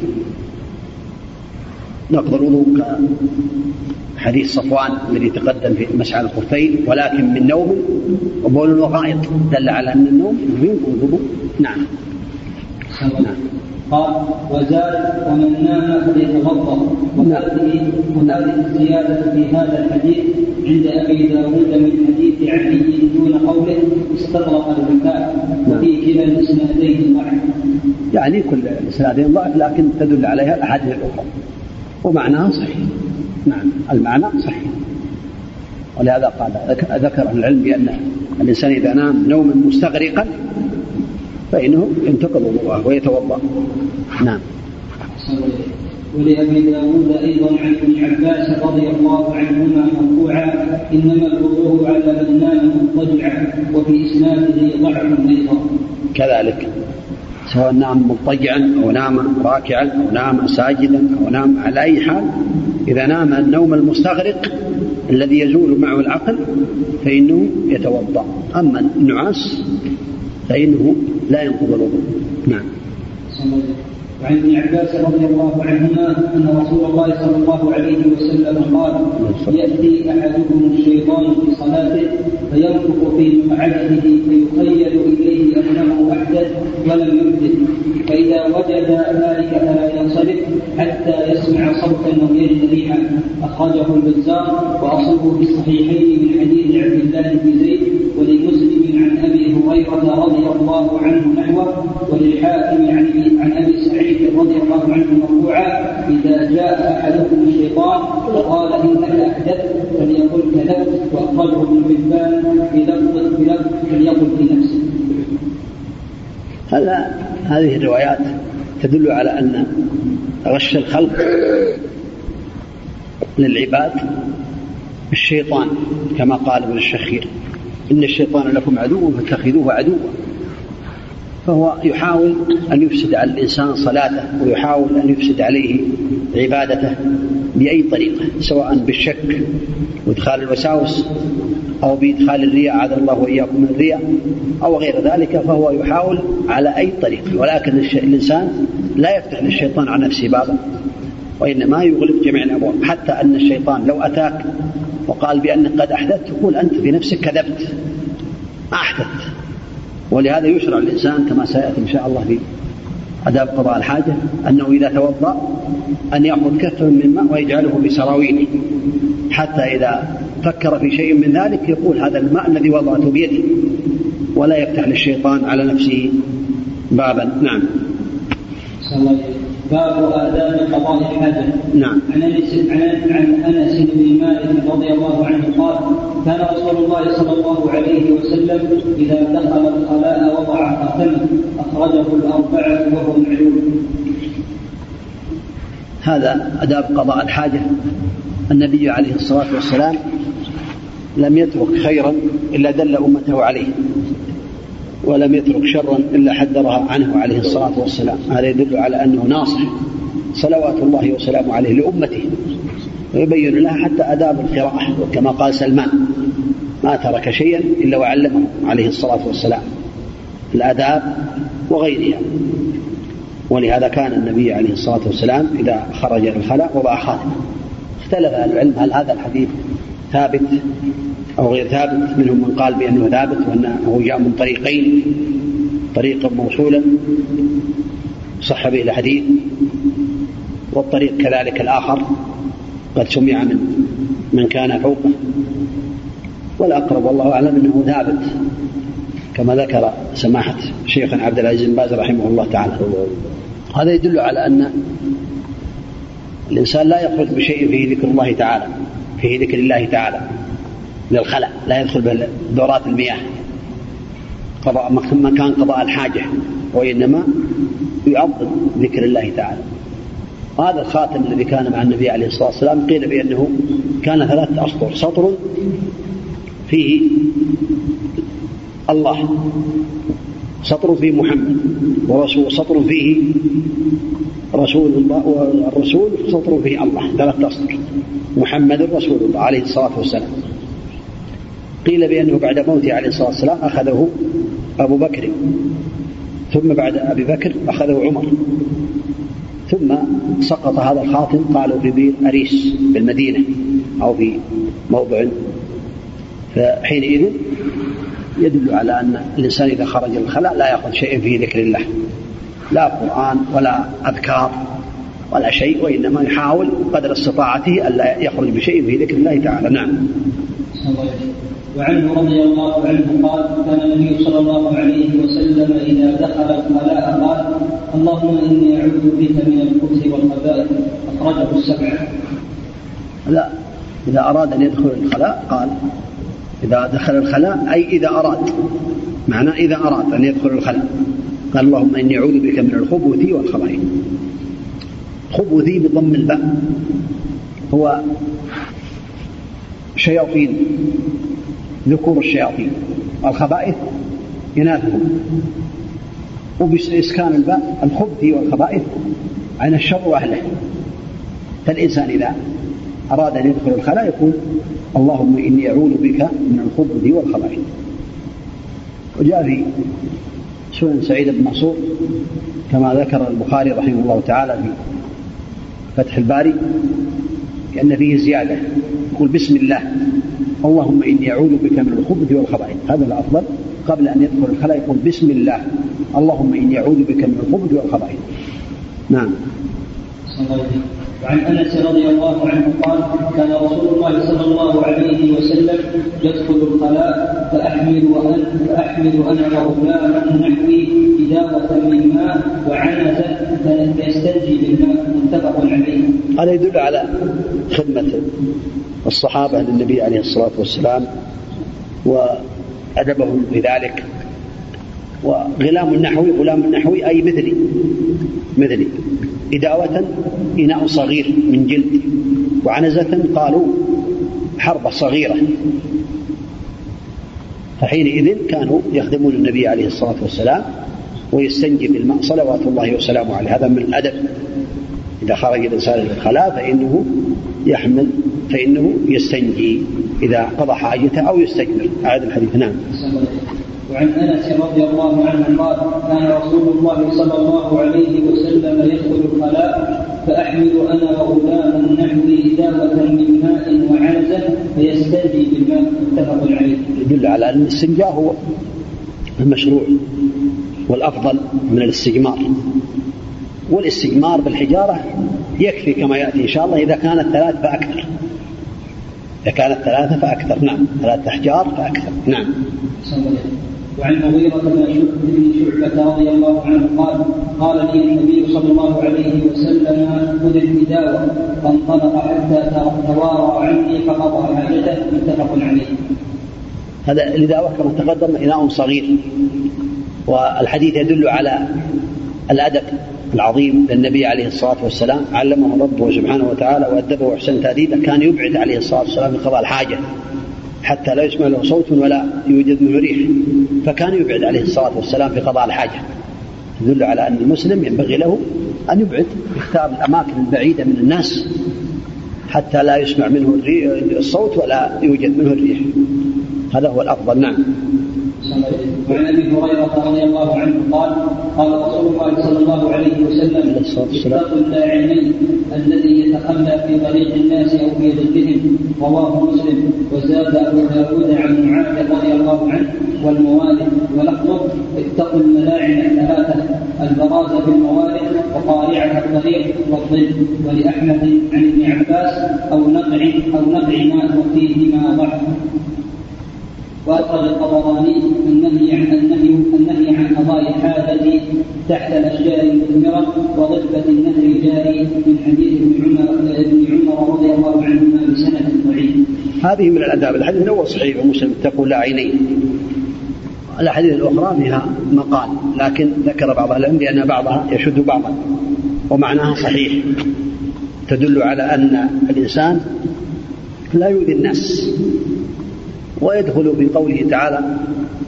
نقض الوضوء، كحديث صفوان الذي تقدم في مسح الخفين: ولكن من نوم وبول وغائط، دل على أن النوم ينقض الوضوء. نعم. نعم. قال: وزاد: ومن نام فليتوضأ. وهذه الزيادة في هذا الحديث عند أبي داود من حديث علي دون قوله استطرق الوكاء، وفي كلا الإسنادين ضعف. يعني كل الإسنادين ضعف، لكن تدل عليها الأحاديث الأخرى ومعناها صحيح. نعم. المعنى صحيح. ولهذا قال ذكر العلم بأن الإنسان إذا نام نوما مستغرقا فإنه ينتقض وضوءه ويتوضأ. نعم. ولأبي داود أيضا عن ابن عباس رضي الله عنهما مرفوعا إنما الوضوء على من نام مضطجعا وفي إسناده ضعف أيضا. كذلك سواء نام مضطجعا أو نام راكعا أو نام ساجدا أو نام على أي حال، إذا نام النوم المستغرق الذي يزول معه العقل فإنه يتوضأ، أما النعاس فإنه لا ينقض الوضوء. نعم. وعن ابن عباس رضي الله عنهما أن رسول الله صلى الله عليه وسلم قال: يأتي أحدكم الشيطان في صلاته فينفخ في مقعده فيخيل إليه أنه أحدث ولم يحدث، فإذا وجد ذلك فلا ينصرف حتى يسمع صوتا أو يجد ريحا. أخرجه البزار وأصله في الصحيحين من حديث عبد الله بن زيد، ولمسلم عن أبي هريرة رضي الله عنه نحوه، وللحاكم عن أبي سعيد رضي الله عنه مرفوعا: إذا جاء أحدكم الشيطان فقال إنك أحدثت فليقل كذبت. وأخرجه ابن حبان بلفظ بلفظ فليقل في نفسه. هذا هذه الروايات تدل على أن غش الخلق للعباد الشيطان، كما قال ابن الشخير: إن الشيطان لكم عدو فاتخذوه عدوا. فهو يحاول أن يفسد على الإنسان صلاته، ويحاول أن يفسد عليه عبادته بأي طريقة، سواء بالشك وإدخال الوساوس أو بإدخال الرياء، عاذ الله وإياكم من الرياء أو غير ذلك. فهو يحاول على أي طريقة، ولكن الإنسان لا يفتح للشيطان عن نفسه بابا، وإنما يغلق جميع الأبواب. حتى أن الشيطان لو أتاك وقال بأنك قد أحدثت تقول أنت في نفسك كذبت، أحدثت. ولهذا يشرع الإنسان كما سيأتي إن شاء الله في آداب قضاء الحاجة أنه إذا توضأ أن يأخذ كفا من ماء ويجعله بسراويله، حتى إذا فكر في شيء من ذلك يقول هذا الماء الذي وضعته بيدي، ولا يفتح للشيطان على نفسه بابا. نعم. باب آداب قضاء الحاجة. نعم. عن أنس بن مالك رضي الله عنه قال: كان رسول الله صلى الله عليه وسلم إذا دخل الخلاء وضع خاتمه، أخرجه الأربعة وهو معلوم. هذا آداب قضاء الحاجة. النبي عليه الصلاة والسلام لم يترك خيرا إلا دل أمته عليه، ولم يترك شرا إلا حذرها عنه عليه الصلاة والسلام. هذا يدل على أنه ناصح صلوات الله وسلامه عليه لأمته، ويبين لها حتى آداب القراءة، كما قال سلمان: ما ترك شيئا إلا وعلمه عليه الصلاة والسلام الآداب وغيرها. ولهذا كان النبي عليه الصلاة والسلام إذا خرج إلى الخلاء وضع خاتمه. اختلف أهل العلم هل هذا الحديث ثابت أو غير ثابت. منهم من قال بأنه ثابت وأنه جاء من طريقين، طريقا موصولا صح به الحديث، والطريق كذلك الآخر قد سمع من من كان فوقه. والأقرب والله أعلم أنه ثابت كما ذكر سماحة شيخنا عبد العزيز بن باز رحمه الله تعالى. هذا يدل على أن الإنسان لا يخرج بشيء فيه ذكر الله تعالى، فيه ذكر الله تعالى للخلع، لا يدخل بدورات المياه قضاء مكان قضاء الحاجة، وإنما يعظم ذكر الله تعالى. هذا الخاتم الذي كان مع النبي عليه الصلاة والسلام قيل بأنه كان ثلاثة أسطر، سطر فيه الله، سطر فيه محمد ورسول، سطر فيه رسول الله والرسول، سطر فيه الله، ثلاثة أسطر، محمد رسول الله عليه الصلاة والسلام. قيل بأنه بعد موته عليه الصلاة والسلام أخذه أبو بكر، ثم بعد أبي بكر أخذه عمر، ثم سقط هذا الخاتم قالوا في بئر أريس بالمدينة أو في موضع. فحينئذ يدل على أن الإنسان إذا خرج الخلاء لا يأخذ شيء فيه ذكر الله، لا قرآن ولا أذكار ولا شيء، وإنما يحاول قدر استطاعته ألا يخرج بشيء فيه ذكر الله تعالى. نعم. وعنه رضي الله عنه قال: كان النبي صلى الله عليه وسلم إذا دخل الخلاء قال: اللهم إني أعوذ بك من الخبث والخبائث، أخرجه السبعة. لا، إذا أراد أن يدخل الخلاء قال إذا دخل الخلاء أي إذا أراد، معناه إذا أراد أن يدخل الخلاء قال: اللهم إني أعوذ بك من الخبث والخبائث. خبثي بضم الباء هو شياطين، ذكور الشياطين، الخبائث إناثهم، وبإسكان الباء الخبث والخبائث عن الشر وأهله. فالإنسان إذا أراد أن يدخل الخلاء يقول اللهم إني أعوذ بك من الخبث والخبائث. وجاء في سنن سعيد بن منصور كما ذكر البخاري رحمه الله تعالى في فتح الباري كأن فيه زيادة، يقول بسم الله اللهم إني أعوذ بك من الخبث والخبائث. هذا الأفضل، قبل أن يدخل الخلاء يقول بسم الله اللهم إني أعوذ بك من الخبث والخبائث. نعم. وعن أنس رضي الله عنه قال كان رسول الله صلى الله عليه وسلم يدخل الخلاء فأحمل وأن فأحمل أنا وغلام نحوي إداوة من ماء وعنزة فيستنجي بالماء، متفق عليه. هذا يدل على خدمة الصحابة للنبي عليه الصلاة والسلام وأدبهم بذلك. وغلام النحوي غلام النحوي أي مثلي مثلي إداوة إناء صغير من جلد، وعنزة قالوا حربة صغيرة. فحينئذ كانوا يخدمون النبي عليه الصلاة والسلام ويستنجي بالماء صلوات الله وسلامه عليه. هذا من الأدب. إذا خرج الإنسان إلى الخلاء فإنه يحمل فإنه يستنجي إذا قضى حاجته أو يستجمر. أعد الحديث. نعم. وعن أنس رضي الله عنه قال كان رسول الله صلى الله عليه وسلم يدخل الخلاء فأحمل أنا وغلام نحوي إداوة من ماء وعنزة فيستنجي بالماء، متفق عليه. يدل على أن الاستنجاء هو المشروع والأفضل من الاستجمار. والاستجمار بالحجارة يكفي كما يأتي إن شاء الله إذا كانت ثلاث فأكثر. إذا كانت ثلاثة فأكثر. نعم. ثلاثة أحجار فأكثر. نعم. وعن مغيرة بن شعبة رضي الله عنه قال قال لي النبي صلى الله عليه وسلم خذ الإداوة، فانطلق حتى توارى عني فقضى حاجته، متفق عليه. هذا الإداوة كما تقدم إناء صغير. والحديث يدل على الأدب العظيم للنبي عليه الصلاة والسلام، علمه ربه سبحانه وتعالى وأدبه وحسن تأديبه. كان يبعد عليه الصلاة والسلام من قضاء الحاجة حتى لا يسمع له صوت ولا يوجد منه ريح، فكان يبعد عليه الصلاة والسلام في قضاء الحاجة. يدل على أن المسلم ينبغي له أن يبعد، يختار الأماكن البعيدة من الناس حتى لا يسمع منه الصوت ولا يوجد منه الريح. هذا هو الأفضل. نعم. وعن أبي هريرة رضي الله عنه قال قال رسول الله صلى الله عليه وسلم اتقوا اللاعنين الذي يتخلى في طريق الناس أو في ظلهم، رواه مسلم. وزاد أبو داود عن معاذ رضي الله عنه والموالد، ولفظه اتقوا الملاعن الثلاثة البراز في الموالد وقارعة الطريق والظل. ولأحمد عن ابن عباس أو نقع أو نقع ماء وفيهما ضعف. وأخرج الطبراني النهي عن النهي النهي عن قضاء الحاجة تحت الأشجار المثمرة وضفة النهر الجاري من حديث ابن عمر ابن عمر رضي الله عنهما بسند ضعيف. هذه من الآداب. الحديث الأول صحيح ومسلم اتقوا لاعنين. الأحاديث الأخرى فيها مقال، لكن ذكر بعضها العلم لأن بعضها يشد بعضا ومعناها صحيح، تدل على أن الإنسان لا يؤذي الناس. ويدخل في قوله تعالى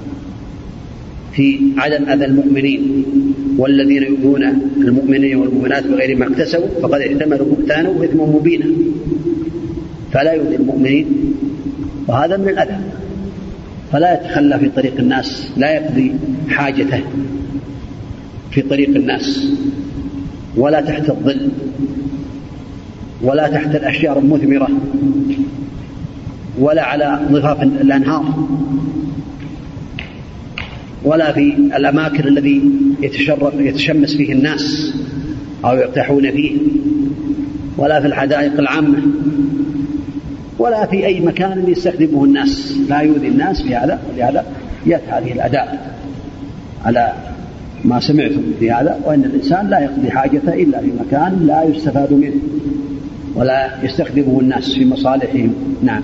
في عدم أذى المؤمنين والذين يؤذون المؤمنين والمؤمنات بغير ما اكتسبوا فقد احتملوا بهتانا وإثما مبينا. فلا يؤذي المؤمنين، وهذا من الأذى. فلا يتخلى في طريق الناس، لا يقضي حاجته في طريق الناس، ولا تحت الظل، ولا تحت الأشجار المثمرة، ولا على ضفاف الأنهار، ولا في الأماكن الذي يتشمس فيه الناس أو يرتاحون فيه، ولا في الحدائق العامة، ولا في أي مكان يستخدمه الناس. لا يؤذي الناس في هذا. ولهذا جاءت هذه الآداب على ما سمعتم في هذا، وأن الإنسان لا يقضي حاجته إلا في مكان لا يستفاد منه ولا يستخدمه الناس في مصالحهم. نعم.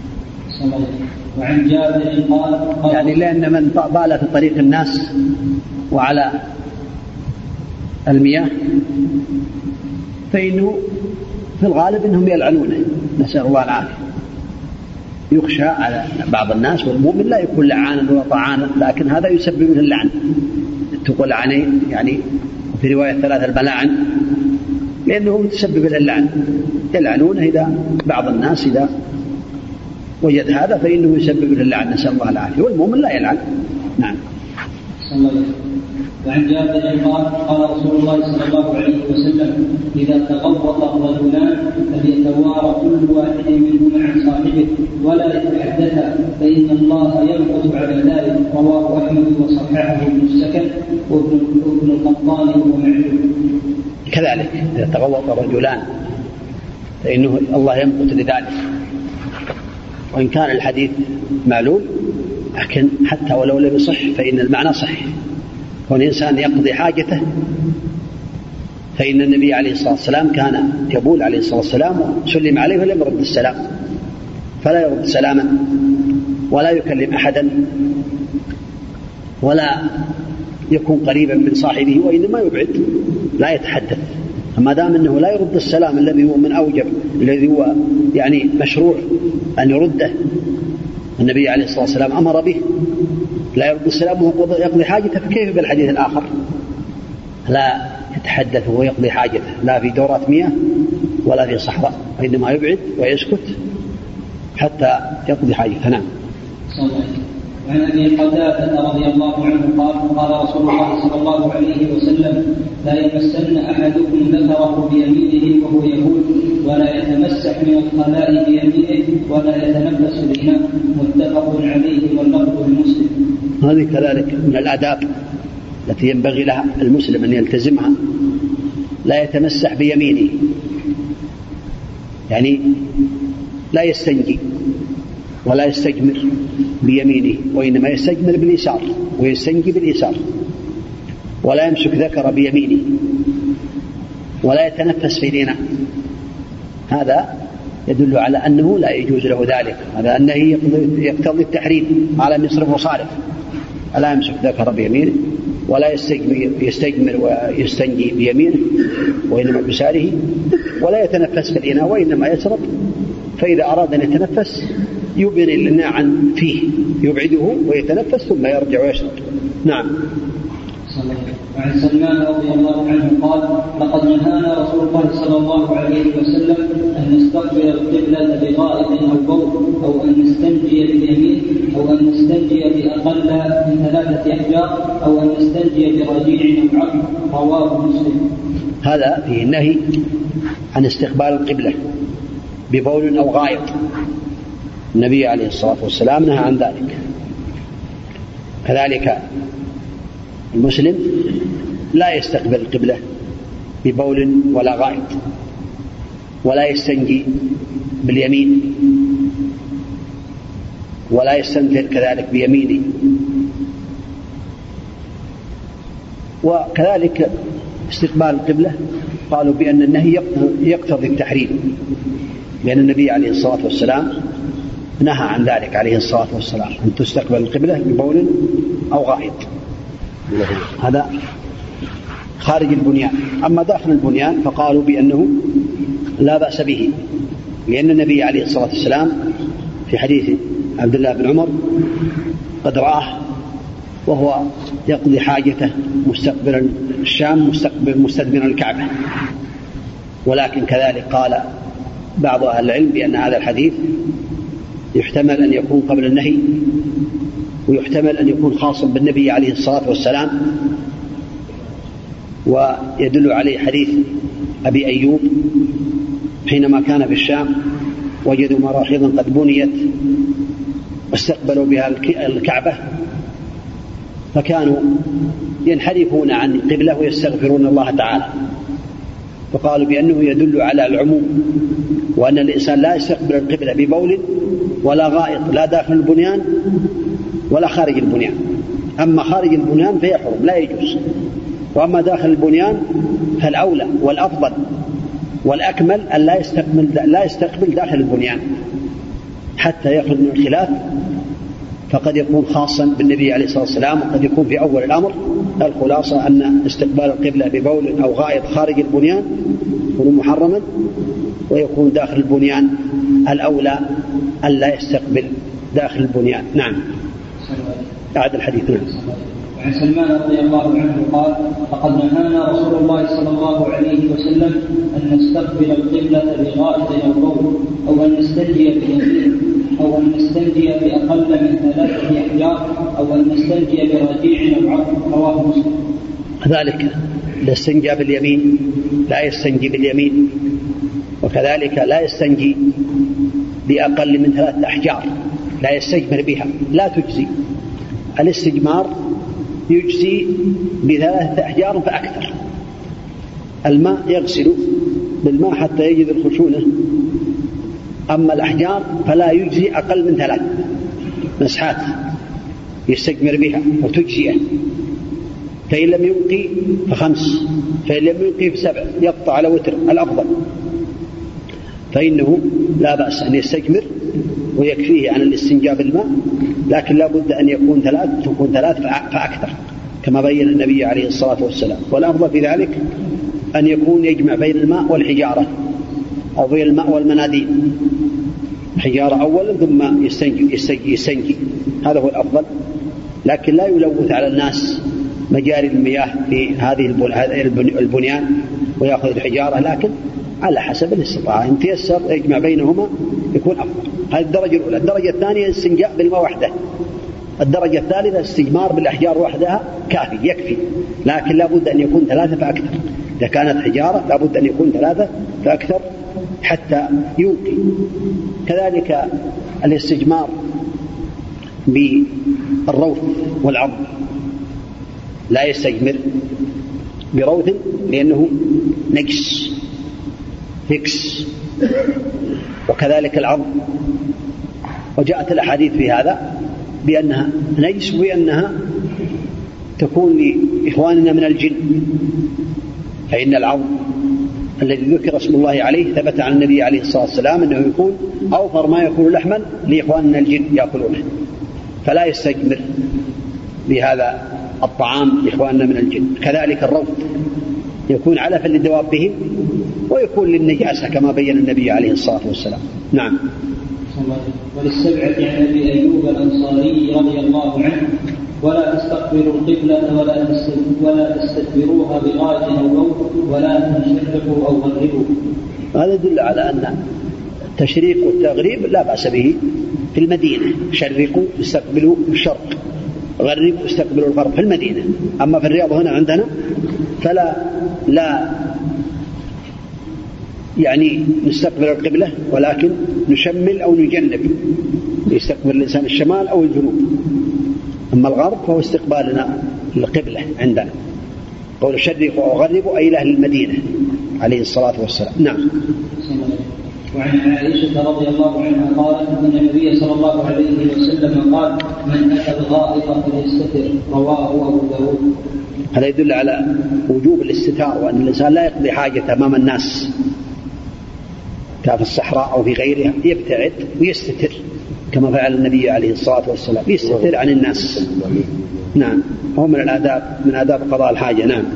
وعن جابر قال يعني لأن من بال في طريق الناس وعلى المياه فإنه في الغالب أنهم يلعنونه، نسأل الله العافية. يخشى على بعض الناس، والمؤمن لا يكون لعانا ولا طعانا، لكن هذا يسبب له اللعن. تقول لعنين يعني في رواية ثلاثة الملاعن، لأنه متسبب له اللعن، يلعنونه إذا بعض الناس إذا وجد هذا فإنه يسبب له اللعن، نسأل الله العافية، والمؤمن لا يلعن. نعم. وعن جابر قال قال رسول الله صلى الله عليه وسلم: إذا تغوط الرجلان فليتوارى كل واحد منهما عن صاحبه ولا يتحدثا فإن الله يمقت على ذلك. رواه أحمد وصححه ابن السكن وابن القطان وهو معلول. كذلك إذا تغوط الرجلان فإنه الله يمقت لذلك، وإن كان الحديث معلول لكن حتى ولو لم يصح فإن المعنى صحيح. والإنسان يقضي حاجته، فإن النبي عليه الصلاة والسلام كان يبول عليه الصلاة والسلام وسلم عليه فلم يرد السلام، فلا يرد سلاما ولا يكلم أحدا ولا يكون قريبا من صاحبه، وإنما يبعد لا يتحدث. فما دام أنه لا يرد السلام الذي هو من أوجب، الذي هو يعني مشروع أن يرده، النبي عليه الصلاة والسلام أمر به، لا يرد السلام وهو يقضي حاجته، فكيف بالحديث الآخر لا يتحدث ويقضي حاجته لا في دورات مياه ولا في صحراء، وإنما يبعد ويسكت حتى يقضي حاجته. نعم. وعن أبي قتادة رضي الله عنه قال قال رسول الله صلى الله عليه وسلم: لا يمسن أحدكم ذكره بيمينه وهو يقول ولا يتمسح من الخلاء بيمينه ولا يتنفس الإناء. متفق عليه واللفظ لمسلم. هذه كذلك من الآداب التي ينبغي لها المسلم أن يلتزمها. لا يتمسح بيمينه يعني لا يستنجي ولا يستجمر بيمينه، وإنما يستجمر باليسار ويستنجي باليسار، ولا يمسك ذكر بيمينه ولا يتنفس في الإناء. هذا يدل على أنه لا يجوز له ذلك، هذا أنه يقتضي التحريم على أن يصرف وصارف. لا يمسك ذكر بيمينه ولا يستجمر ويستنجي بيمينه وإنما بيساره، ولا يتنفس في الإناء وإنما يشرب، فإذا أراد أن يتنفس يبين الإناء عن فيه، يبعده ويتنفس ثم يرجع ويشرب. نعم. وعن سلمان رضي الله عنه قال: لقد نهانا رسول الله صلى الله عليه وسلم أن نستقبل القبلة بغائط أو بول، أو أن نستنجي باليمين، أو أن نستنجي بأقل من ثلاثة أحجار، أو أن نستنجي برجيع أو عظم. رواه مسلم. هذا فيه النهي عن استقبال القبلة ببول أو غائط. النبي عليه الصلاة والسلام نهى عن ذلك. كذلك المسلم لا يستقبل القبلة ببول ولا غائط، ولا يستنجي باليمين، ولا يستنثر كذلك بيمينه. وكذلك استقبال القبلة قالوا بأن النهي يقتضي التحريم، لأن النبي عليه الصلاة والسلام نهى عن ذلك عليه الصلاة والسلام، أن تستقبل القبلة ببول أو غائط. هذا خارج البنيان. أما داخل البنيان فقالوا بأنه لا بأس به، لأن النبي عليه الصلاة والسلام في حديث عبد الله بن عمر قد رآه وهو يقضي حاجته مستقبل الشام مستقبل مستدبر الكعبة. ولكن كذلك قال بعض أهل العلم بأن هذا الحديث يحتمل أن يكون قبل النهي، ويحتمل أن يكون خاصا بالنبي عليه الصلاة والسلام. ويدل عليه حديث أبي أيوب حينما كان في الشام وجدوا مراحيضا قد بنيت واستقبلوا بها الكعبة، فكانوا ينحرفون عن القبلة ويستغفرون الله تعالى، فقالوا بأنه يدل على العموم، وأن الإنسان لا يستقبل القبلة ببول ولا غائط، لا داخل البنيان ولا خارج البنيان. أما خارج البنيان فيحرم لا يجوز، وأما داخل البنيان فالأولى والأفضل والأكمل أن لا يستقبل لا يستقبل داخل البنيان حتى يخرج من الخلاف فقد يكون خاصا بالنبي عليه الصلاة والسلام، وقد يكون في أول الأمر. الخلاصة أن استقبال القبلة ببول أو غائط خارج البنيان يكون محرما، ويكون داخل البنيان الأولى ألا يستقبل داخل البنيان. نعم. أعد الحديث. نعم. وعن سلمان رضي الله عنه قال: فقد نهانا رسول الله صلى الله عليه وسلم أن نستقبل القبلة بغائط أو بول، أو أن نستنجي بيمين، أو أن نستنجي بأقل من ثلاثة أحجار، أو أن نستنجي برجيع أو عظم. رواه مسلم. ذلك الاستنجاء باليمين لا يستنجي باليمين، وكذلك لا يستنجي بأقل من ثلاثة أحجار، لا يستجمر بها، لا تجزي. الاستجمار يجزي بثلاثة أحجار فأكثر. الماء يغسل بالماء حتى يجد الخشونة، أما الأحجار فلا يجزي أقل من ثلاث مسحات يستجمر بها وتجزئه. فإن لم ينقي فخمس، فإن لم ينقي فسبع، يقطع على وتر الأفضل، فإنه لا بأس أن يستجمر ويكفيه عن الاستنجاء بالماء، لكن لا بد أن يكون ثلاث تكون ثلاث فأكثر كما بين النبي عليه الصلاة والسلام. والأفضل في ذلك أن يكون يجمع بين الماء والحجارة، أو بين الماء والمناديل، حجارة أولا ثم يستنجي, يستنجي, يستنجي. هذا هو الأفضل، لكن لا يلوث على الناس مجاري المياه في هذه البنيان ويأخذ الحجارة، لكن على حسب الاستطاعة، إن تيسر يجمع بينهما يكون أفضل. هذه الدرجة الأولى. الدرجة الثانية الاستنجاء بالماء وحده. الدرجة الثالثة الاستجمار بالأحجار وحدها كافي يكفي، لكن لا بد أن يكون ثلاثة فأكثر. إذا كانت حجارة لا بد أن يكون ثلاثة فأكثر حتى ينقي. كذلك الاستجمار بالروث والعظم، لا يستجمر بروث لأنه نجس فيكس، وكذلك العظم. وجاءت الأحاديث في هذا بأنها نجس، وبأنها تكون لإخواننا من الجن، فإن العظم الذي ذكر اسم الله عليه ثبت عن النبي عليه الصلاة والسلام أنه يكون أوفر ما يكون لحما لإخواننا الجن يأكلونه، فلا يستجمر بهذا الطعام لإخواننا من الجن. كذلك الروث يكون علفا لدوابهم ويكون للنجاسة كما بين النبي عليه الصلاة والسلام. نعم. وللسبعة عن أبي أيوب الأنصاري رضي الله عنه: ولا تستقبلوا القبلة ولا تستدبروها بغاية أو بول، ولا تشرقوا أو غربوا. هذا يدل على أن التشريق والتغريب لا بأس به في المدينة. شرقوا استقبلوا الشرق، غربوا استقبلوا الغرب في المدينة. أما في الرياض هنا عندنا فلا لا يعني نستقبل القبلة، ولكن نشمل أو نجنب، يستقبل الإنسان الشمال أو الجنوب. أما الغرب فهو استقبالنا للقبلة عندنا. قول شرقوا أو غربوا أي لأهل المدينة عليه الصلاة والسلام. نعم. وعن عائشة رضي الله عنها قالت أن النبي صلى الله عليه وسلم قال: من أتى الغائط فليستتر. رواه أبو داود. هذا يدل على وجوب الاستتار، وأن الإنسان لا يقضي حاجة أمام الناس في الصحراء أو في غيرها، يبتعد ويستتر كما فعل النبي عليه الصلاة والسلام، يستتر عن الناس. نعم. هو من الآداب، من آداب قضاء الحاجة. نعم.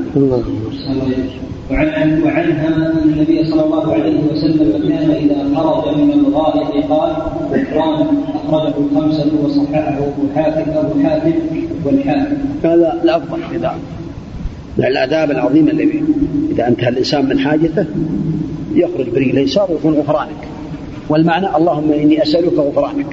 وعن وعنها أن النبي صلى الله عليه وسلم كان إذا خرج من الغائط قال: غفران. أخرجه الخمسة وصححه أبو حاتم أبو حاتم والحاكم. هذا الأفضل إذا من الآداب العظيمة التي إذا انتهى الإنسان من حاجته يخرج برجل اليسار ويقول غفرانك، والمعنى اللهم إني أسألك غفرانك.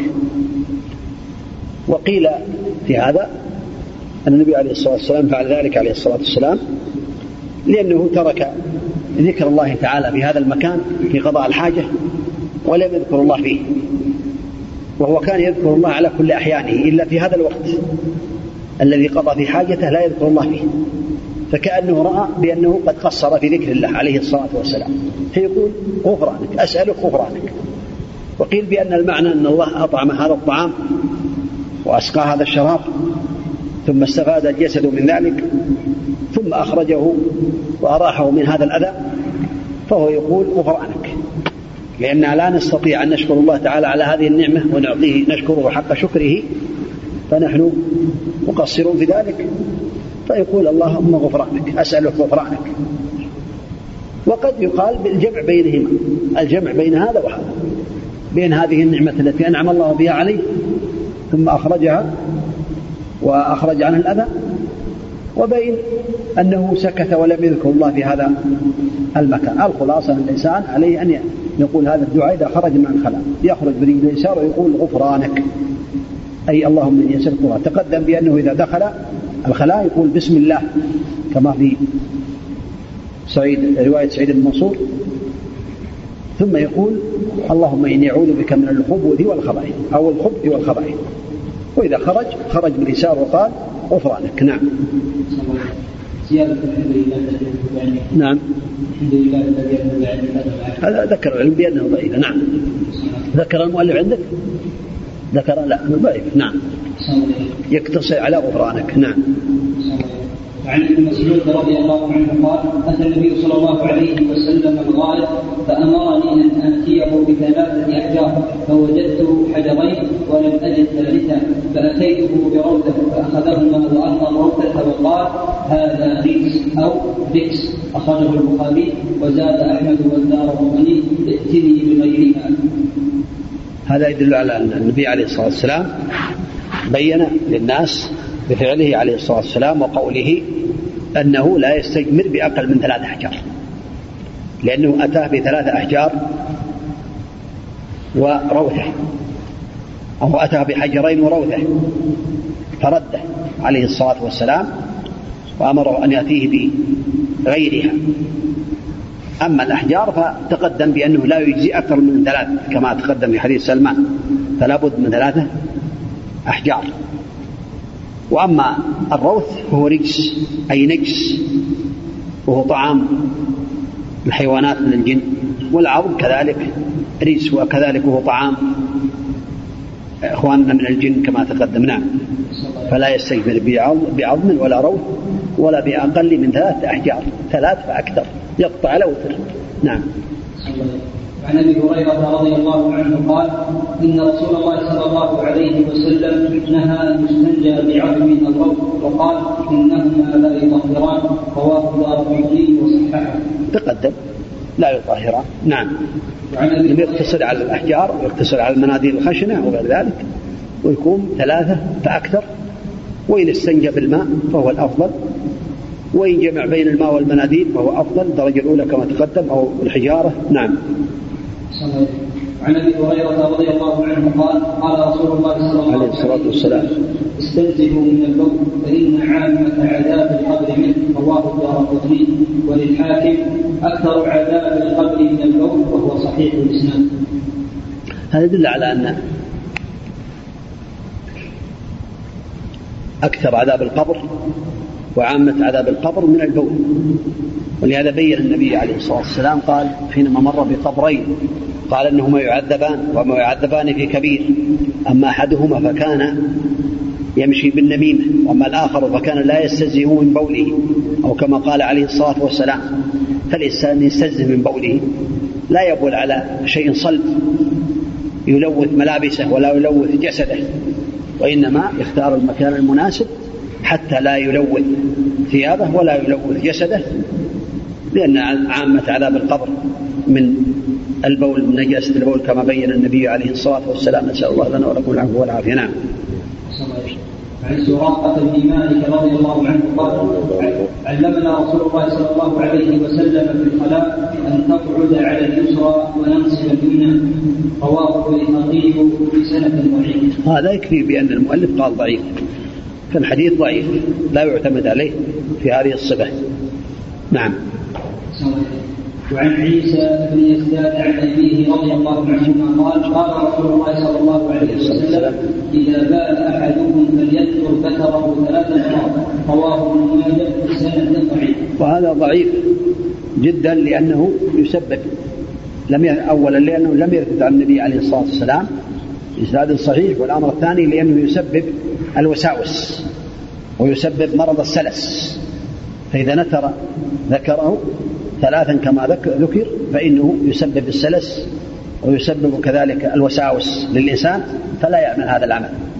وقيل في هذا أن النبي عليه الصلاة والسلام فعل ذلك عليه الصلاة والسلام لأنه ترك ذكر الله تعالى في هذا المكان في قضاء الحاجة ولم يذكر الله فيه، وهو كان يذكر الله على كل أحيانه إلا في هذا الوقت الذي قضى في حاجته لا يذكر الله فيه، فكأنه رأى بأنه قد قصر في ذكر الله عليه الصلاة والسلام، فيقول غفرانك، أسألك غفرانك. وقيل بأن المعنى أن الله أطعم هذا الطعام وأسقى هذا الشراب ثم استفاد الجسد من ذلك ثم أخرجه وأراحه من هذا الأذى، فهو يقول غفرانك، لأننا لا نستطيع أن نشكر الله تعالى على هذه النعمة ونعطيه نشكره حق شكره فنحن مقصرون في ذلك، فيقول اللهم غفرانك، أسألك غفرانك. وقد يقال بالجمع بينهما، الجمع بين هذا وهذا، بين هذه النعمة التي أنعم الله بها عليه ثم أخرجها وأخرج عنه الأذى، وبين أنه سكت ولم يذكر الله في هذا المكان. الخلاصة أن الإنسان عليه أن يقول هذا الدعاء إذا خرج من الخلاء، يخرج برجل اليسار ويقول غفرانك، أي اللهم إني أسألك غفرانك. تقدم بأنه إذا دخل الخلاء يقول بسم الله، كما في سعيد رواية سعيد بن منصور، ثم يقول اللهم إني أعوذ بك من الخبث والخبائث أو الخبث والخبائث. وإذا خرج خرج باليسار وقال غفرانك. نعم. زيادة الحمد لله الذي يتبعني. نعم. الحمد لله الذي يتبعني. هذا ذكر العلم بأنه ضعيف. نعم. ذكر المؤلف عندك؟ ذكر لا ضعيف. نعم. يقتصر على غفرانك. نعم. وعن ابن مسعود رضي الله عنه قال أتى النبي صلى الله عليه وسلم الغائط فأمرني أن آتيه بثلاثة أحجار فوجدت حجرين ولم أجد ثالثا فأتيته بروثة فأخذهما وألقى الروثة وقال هذا ريكس أو ريكس، أخرجه البخاري. وزاد أحمد والدارقطني ائتني بغيرها. هذا يدل على أن النبي عليه الصلاة والسلام بين للناس بفعله عليه الصلاة والسلام وقوله أنه لا يستجمر بأقل من ثلاثة أحجار، لأنه أتاه بثلاثة أحجار وروثة، أو أتاه بحجرين وروثة فرده عليه الصلاة والسلام وأمره أن يأتيه بغيرها. أما الأحجار فتقدم بأنه لا يجزي أكثر من ثلاث كما تقدم في حديث سلمان، فلا بد من ثلاثة أحجار. وأما الروث فهو رجس أي نجس، وهو طعام الحيوانات من الجن، والعظم كذلك رجس وكذلك هو طعام إخواننا من الجن كما تقدمنا. فلا يستجمر بعظم ولا روث ولا بأقل من ثلاثة أحجار، ثلاث فأكثر يقطع على وتر. نعم. عن أبي هريرة رضي الله عنه قال إن رسول الله صلى الله عليه وسلم نهى أن يستنجى بعظم الروث وقال إنهما لا يطهران، رواه الدارقطني وصححه. تقدم لا يطهران. نعم. لم يقتصر على الأحجار ويقتصر على المناديل الخشنة وغير ذلك، ويكون ثلاثة فأكثر. وإن استنجى بالماء فهو الأفضل، وإن جمع بين الماء والمناديل فهو أفضل، الدرجة الأولى كما تقدم، أو الحجارة. نعم. عن أبي هريرة رضي الله عنه قال قال رسول الله صلى الله عليه وسلم والسلام استنزهوا من البول فإن عامة عذاب القبر منه، رواه الدارقطني. وللحاكم أكثر عذاب القبر من البول، وهو صحيح الإسناد. هذا يدل على أن أكثر عذاب القبر وعامة عذاب القبر من البول، ولهذا بين النبي عليه الصلاة والسلام قال حينما مر بقبرين قال إنهما يعذبان وما يعذبان في كبير، أما أحدهما فكان يمشي بالنميمة، وأما الآخر فكان لا يستزه من بوله، أو كما قال عليه الصلاة والسلام فالإنسان يستزه من بوله لا يبول على شيء صلب يلوث ملابسه ولا يلوث جسده، وإنما يختار المكان المناسب حتى لا يلوث ثيابه ولا يلوث جسده، لأن عامة عذاب القبر من البول، من نجاسة البول كما بين النبي عليه الصلاة والسلام. نسأل الله لنا ولكم العفو والعافية. نعم. عن سراقة بن مالك رضي الله عنه قال علمنا رسول الله صلى الله عليه وسلم في الخلاء أن تقعد على اليسرى وننصب اليمنى، رواه البيهقي بسند ضعيف. هذا يكفي بأن المؤلف قال ضعيف، فالحديث ضعيف لا يعتمد عليه في هذه الصفة. نعم. وعن عيسى بن يزداد عن أبيه رضي الله عنهما قال قال رسول الله صلى الله عليه وسلم إذا بال أحدكم فليذكر ذكره ثلاث مرات، رواه ابن ماجه بسند ضعيف. وهذا ضعيف جدا لأنه يسبب لم ي... أولا لأنه لم يثبت عن النبي عليه الصلاة والسلام إسناد صحيح، والأمر الثاني لأنه يسبب الوساوس ويسبب مرض السلس، فإذا نتر ذكره ثلاثا كما ذكر فإنه يسبب السلس ويسبب كذلك الوساوس للإنسان، فلا يعمل هذا العمل.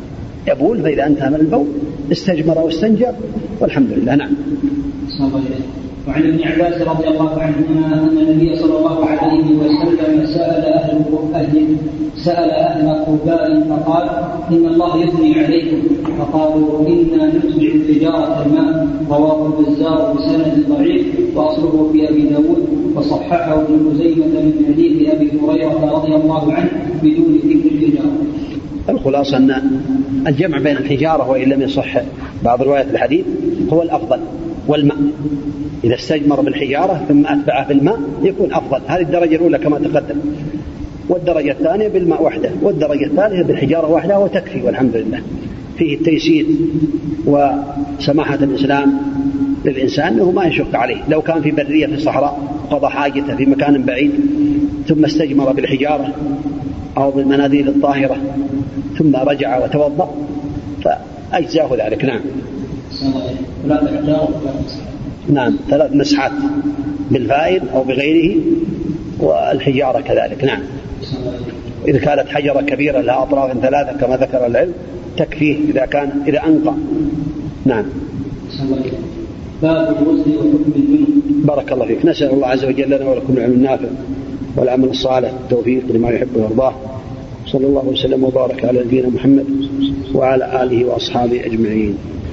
يبول، فإذا انتهى من البول استجمر واستنجى والحمد لله. نعم. وعن ابن عباس رضي الله عنهما أن النبي صلى الله عليه وسلم سأل أهل أهل سأل أهل قباء فقال إن الله يثني عليكم، فقالوا إنا نتبع الحجارة الماء. رواه البزار بسند ضعيف وأصله في أبي داود وصححه ابن خزيمة من حديث أبي هريرة رضي الله عنه بدون ذكر الحجارة. الخلاصة أن الجمع بين الحجارة وإن لم يصح بعض روايات الحديث هو الأفضل، والماء إذا استجمر بالحجارة ثم أتبعه بالماء يكون أفضل. هذه الدرجة الأولى كما تقدم، والدرجة الثانية بالماء وحده، والدرجة الثالثة بالحجارة وحدها وتكفي والحمد لله. فيه التيسير وسماحة الإسلام للإنسان أنه ما يشق عليه. لو كان في برية في الصحراء قضى حاجته في مكان بعيد ثم استجمر بالحجارة أو بالمناديل الطاهرة ثم رجع وتوضأ فأجزاه ذلك. نعم. نعم، ثلاث مسحات بالفائل أو بغيره والحجارة كذلك. نعم. إذا كانت حجرة كبيرة لها أطراف ثلاثة كما ذكر العلم تكفيه إذا كان إذا أنقى. نعم. باب الغسل وحكم الجنوب. بارك الله فيك. نسأل الله عز وجل لنا ولكم العلم النافع والعمل الصالح التوفيق لما يحب ويرضاه. صلى الله وسلم وبارك على نبينا محمد وعلى آله وأصحابه أجمعين.